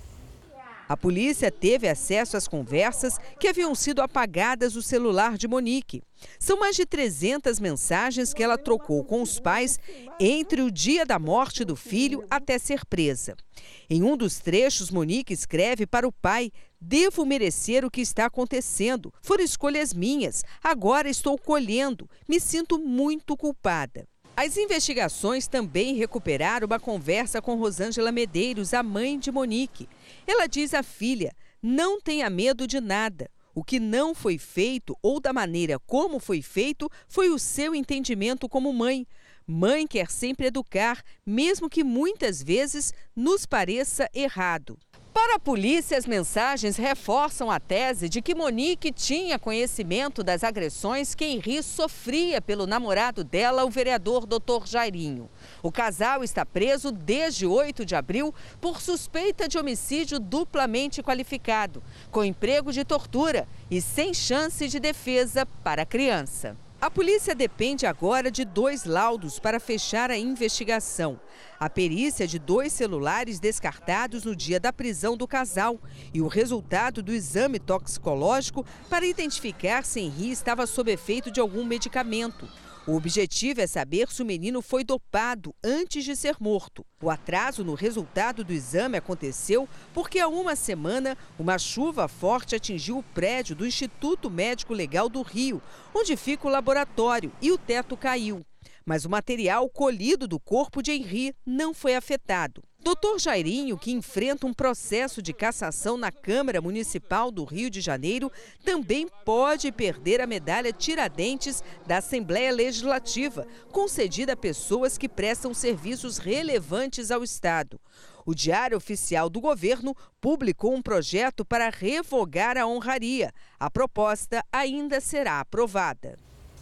A polícia teve acesso às conversas que haviam sido apagadas do celular de Monique. São mais de trezentas mensagens que ela trocou com os pais entre o dia da morte do filho até ser presa. Em um dos trechos, Monique escreve para o pai: "Devo merecer o que está acontecendo. Foram escolhas minhas. Agora estou colhendo. Me sinto muito culpada." As investigações também recuperaram uma conversa com Rosângela Medeiros, a mãe de Monique. Ela diz à filha: "Não tenha medo de nada. O que não foi feito ou da maneira como foi feito foi o seu entendimento como mãe. Mãe quer sempre educar, mesmo que muitas vezes nos pareça errado." Para a polícia, as mensagens reforçam a tese de que Monique tinha conhecimento das agressões que Henri sofria pelo namorado dela, o vereador doutor Jairinho. O casal está preso desde oito de abril por suspeita de homicídio duplamente qualificado, com emprego de tortura e sem chance de defesa para a criança. A polícia depende agora de dois laudos para fechar a investigação. A perícia de dois celulares descartados no dia da prisão do casal e o resultado do exame toxicológico para identificar se Henri estava sob efeito de algum medicamento. O objetivo é saber se o menino foi dopado antes de ser morto. O atraso no resultado do exame aconteceu porque há uma semana uma chuva forte atingiu o prédio do Instituto Médico Legal do Rio, onde fica o laboratório, e o teto caiu. Mas o material colhido do corpo de Henri não foi afetado. doutor Jairinho, que enfrenta um processo de cassação na Câmara Municipal do Rio de Janeiro, também pode perder a medalha Tiradentes da Assembleia Legislativa, concedida a pessoas que prestam serviços relevantes ao Estado. O Diário Oficial do Governo publicou um projeto para revogar a honraria. A proposta ainda será aprovada.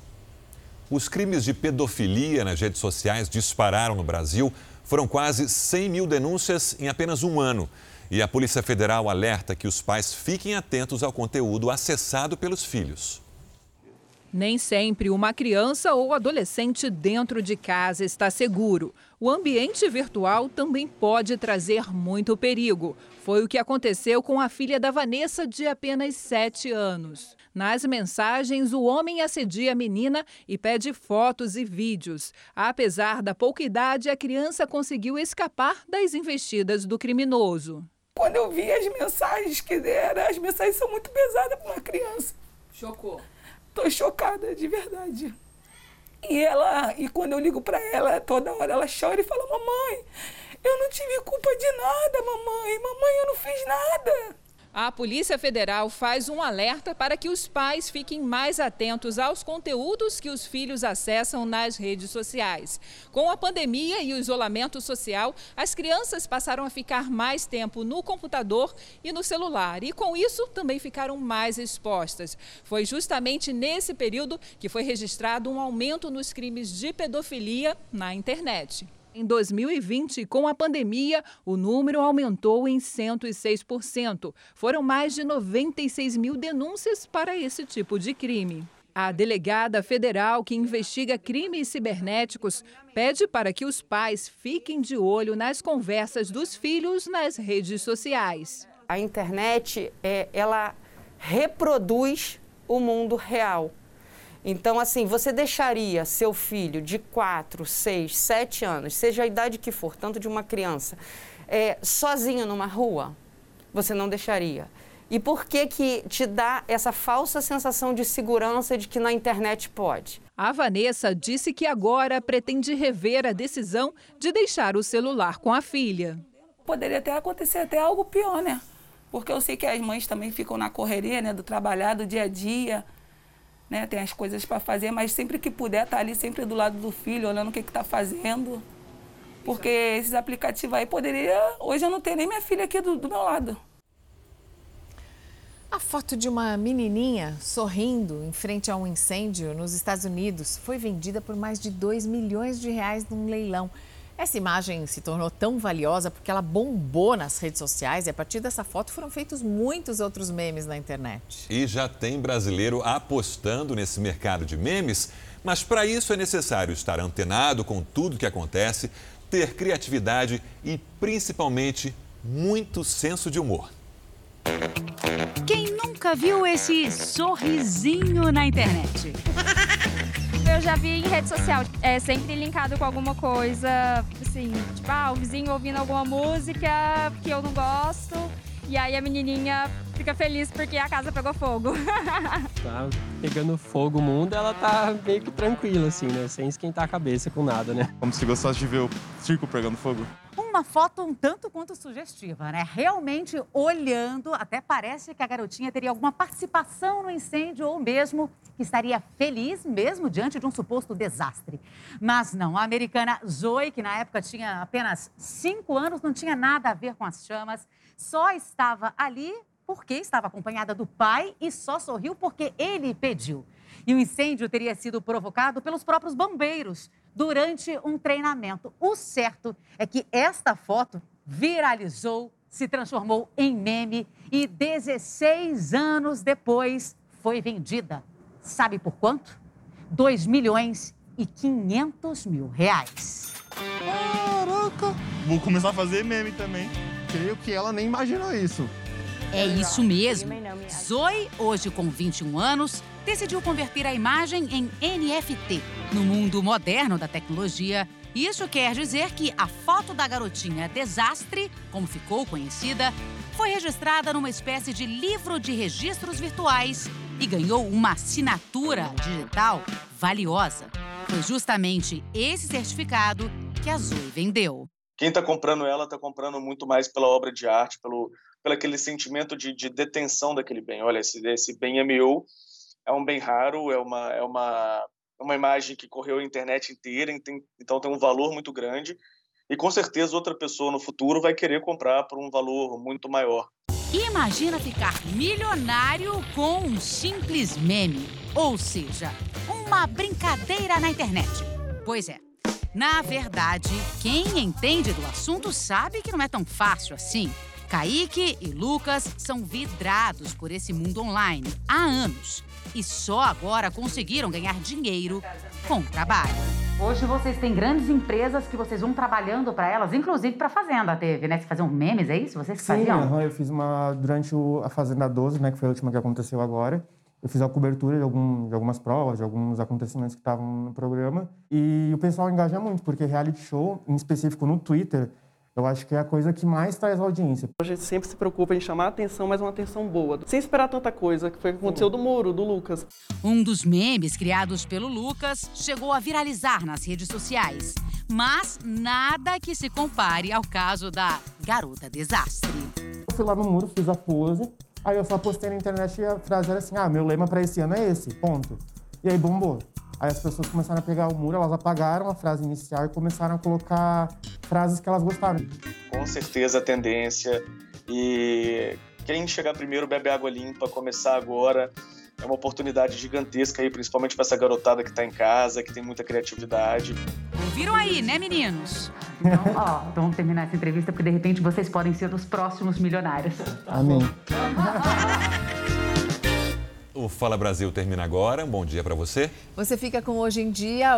Os crimes de pedofilia nas redes sociais dispararam no Brasil. Foram quase cem mil denúncias em apenas um ano. E a Polícia Federal alerta que os pais fiquem atentos ao conteúdo acessado pelos filhos. Nem sempre uma criança ou adolescente dentro de casa está seguro. O ambiente virtual também pode trazer muito perigo. Foi o que aconteceu com a filha da Vanessa, de apenas sete anos. Nas mensagens, o homem assedia a menina e pede fotos e vídeos. Apesar da pouca idade, a criança conseguiu escapar das investidas do criminoso. Quando eu vi as mensagens que deram, as mensagens são muito pesadas para uma criança. Chocou? Tô chocada, de verdade. E ela, e quando eu ligo para ela, toda hora ela chora e fala: "Mamãe, eu não tive culpa de nada, mamãe. Mamãe, eu não fiz nada." A Polícia Federal faz um alerta para que os pais fiquem mais atentos aos conteúdos que os filhos acessam nas redes sociais. Com a pandemia e o isolamento social, as crianças passaram a ficar mais tempo no computador e no celular e, com isso, também ficaram mais expostas. Foi justamente nesse período que foi registrado um aumento nos crimes de pedofilia na internet. Em dois mil e vinte, com a pandemia, o número aumentou em cento e seis por cento. Foram mais de noventa e seis mil denúncias para esse tipo de crime. A delegada federal que investiga crimes cibernéticos pede para que os pais fiquem de olho nas conversas dos filhos nas redes sociais. A internet, é, ela reproduz o mundo real. Então, assim, você deixaria seu filho de quatro, seis, sete anos, seja a idade que for, tanto de uma criança, é, sozinho numa rua? Você não deixaria. E por que que te dá essa falsa sensação de segurança de que na internet pode? A Vanessa disse que agora pretende rever a decisão de deixar o celular com a filha. Poderia até acontecer até algo pior, né? Porque eu sei que as mães também ficam na correria, né, do trabalhar, do dia a dia. Né, tem as coisas para fazer, mas sempre que puder estar ali sempre do lado do filho, olhando o que está fazendo. Porque esses aplicativos aí poderia... Hoje eu não tenho nem minha filha aqui do, do meu lado. A foto de uma menininha sorrindo em frente a um incêndio nos Estados Unidos foi vendida por mais de dois milhões de reais num leilão. Essa imagem se tornou tão valiosa porque ela bombou nas redes sociais e a partir dessa foto foram feitos muitos outros memes na internet. E já tem brasileiro apostando nesse mercado de memes, mas para isso é necessário estar antenado com tudo que acontece, ter criatividade e principalmente muito senso de humor. Quem nunca viu esse sorrisinho na internet? Eu já vi em rede social, é sempre linkado com alguma coisa, assim, tipo, ah, o vizinho ouvindo alguma música que eu não gosto, e aí a menininha fica feliz porque a casa pegou fogo. Tá pegando fogo o mundo, ela tá meio que tranquila, assim, né? Sem esquentar a cabeça com nada, né? Como se gostasse de ver o circo pegando fogo. Uma foto um tanto quanto sugestiva, né? Realmente olhando, até parece que a garotinha teria alguma participação no incêndio ou mesmo que estaria feliz mesmo diante de um suposto desastre. Mas não, a americana Zoe, que na época tinha apenas cinco anos, não tinha nada a ver com as chamas, só estava ali porque estava acompanhada do pai e só sorriu porque ele pediu. E o incêndio teria sido provocado pelos próprios bombeiros durante um treinamento. O certo é que esta foto viralizou, se transformou em meme e dezesseis anos depois foi vendida. Sabe por quanto? dois milhões e quinhentos mil reais. Caraca! Vou começar a fazer meme também. Creio que ela nem imaginou isso. É isso mesmo. Zoe, hoje com vinte e um anos, decidiu converter a imagem em N F T. No mundo moderno da tecnologia, isso quer dizer que a foto da garotinha Desastre, como ficou conhecida, foi registrada numa espécie de livro de registros virtuais e ganhou uma assinatura digital valiosa. Foi justamente esse certificado que a Zoe vendeu. Quem está comprando ela está comprando muito mais pela obra de arte, pelo, pelo aquele sentimento de, de detenção daquele bem. Olha, esse, esse bem é meu, é um bem raro, é uma, é uma, uma imagem que correu a internet inteira, tem, então tem um valor muito grande. E com certeza outra pessoa no futuro vai querer comprar por um valor muito maior. Imagina ficar milionário com um simples meme, ou seja, uma brincadeira na internet. Pois é. Na verdade, quem entende do assunto sabe que não é tão fácil assim. Kaique e Lucas são vidrados por esse mundo online há anos e só agora conseguiram ganhar dinheiro com o trabalho. Hoje vocês têm grandes empresas que vocês vão trabalhando para elas, inclusive para a Fazenda teve, né? Vocês faziam memes, é isso? Vocês que faziam? Sim, eu fiz uma durante o, a Fazenda doze, né, que foi a última que aconteceu agora. Eu fiz a cobertura de, algum, de algumas provas, de alguns acontecimentos que estavam no programa. E o pessoal engaja muito, porque reality show, em específico no Twitter, eu acho que é a coisa que mais traz audiência. A gente sempre se preocupa em chamar a atenção, mas uma atenção boa, sem esperar tanta coisa, que foi o que aconteceu do Muro, do Lucas. Um dos memes criados pelo Lucas chegou a viralizar nas redes sociais. Mas nada que se compare ao caso da garota desastre. Eu fui lá no Muro, fiz a pose. Aí eu só postei na internet e a frase era assim, ah, meu lema para esse ano é esse, ponto. E aí bombou. Aí as pessoas começaram a pegar o muro, elas apagaram a frase inicial e começaram a colocar frases que elas gostaram. Com certeza a tendência. E quem chegar primeiro bebe água limpa, começar agora. É uma oportunidade gigantesca aí, principalmente para essa garotada que está em casa, que tem muita criatividade. Ouviram aí, né, meninos? Então, ó, vamos terminar essa entrevista porque de repente vocês podem ser os próximos milionários. Amém. O Fala Brasil termina agora. Um bom dia para você. Você fica com Hoje em Dia.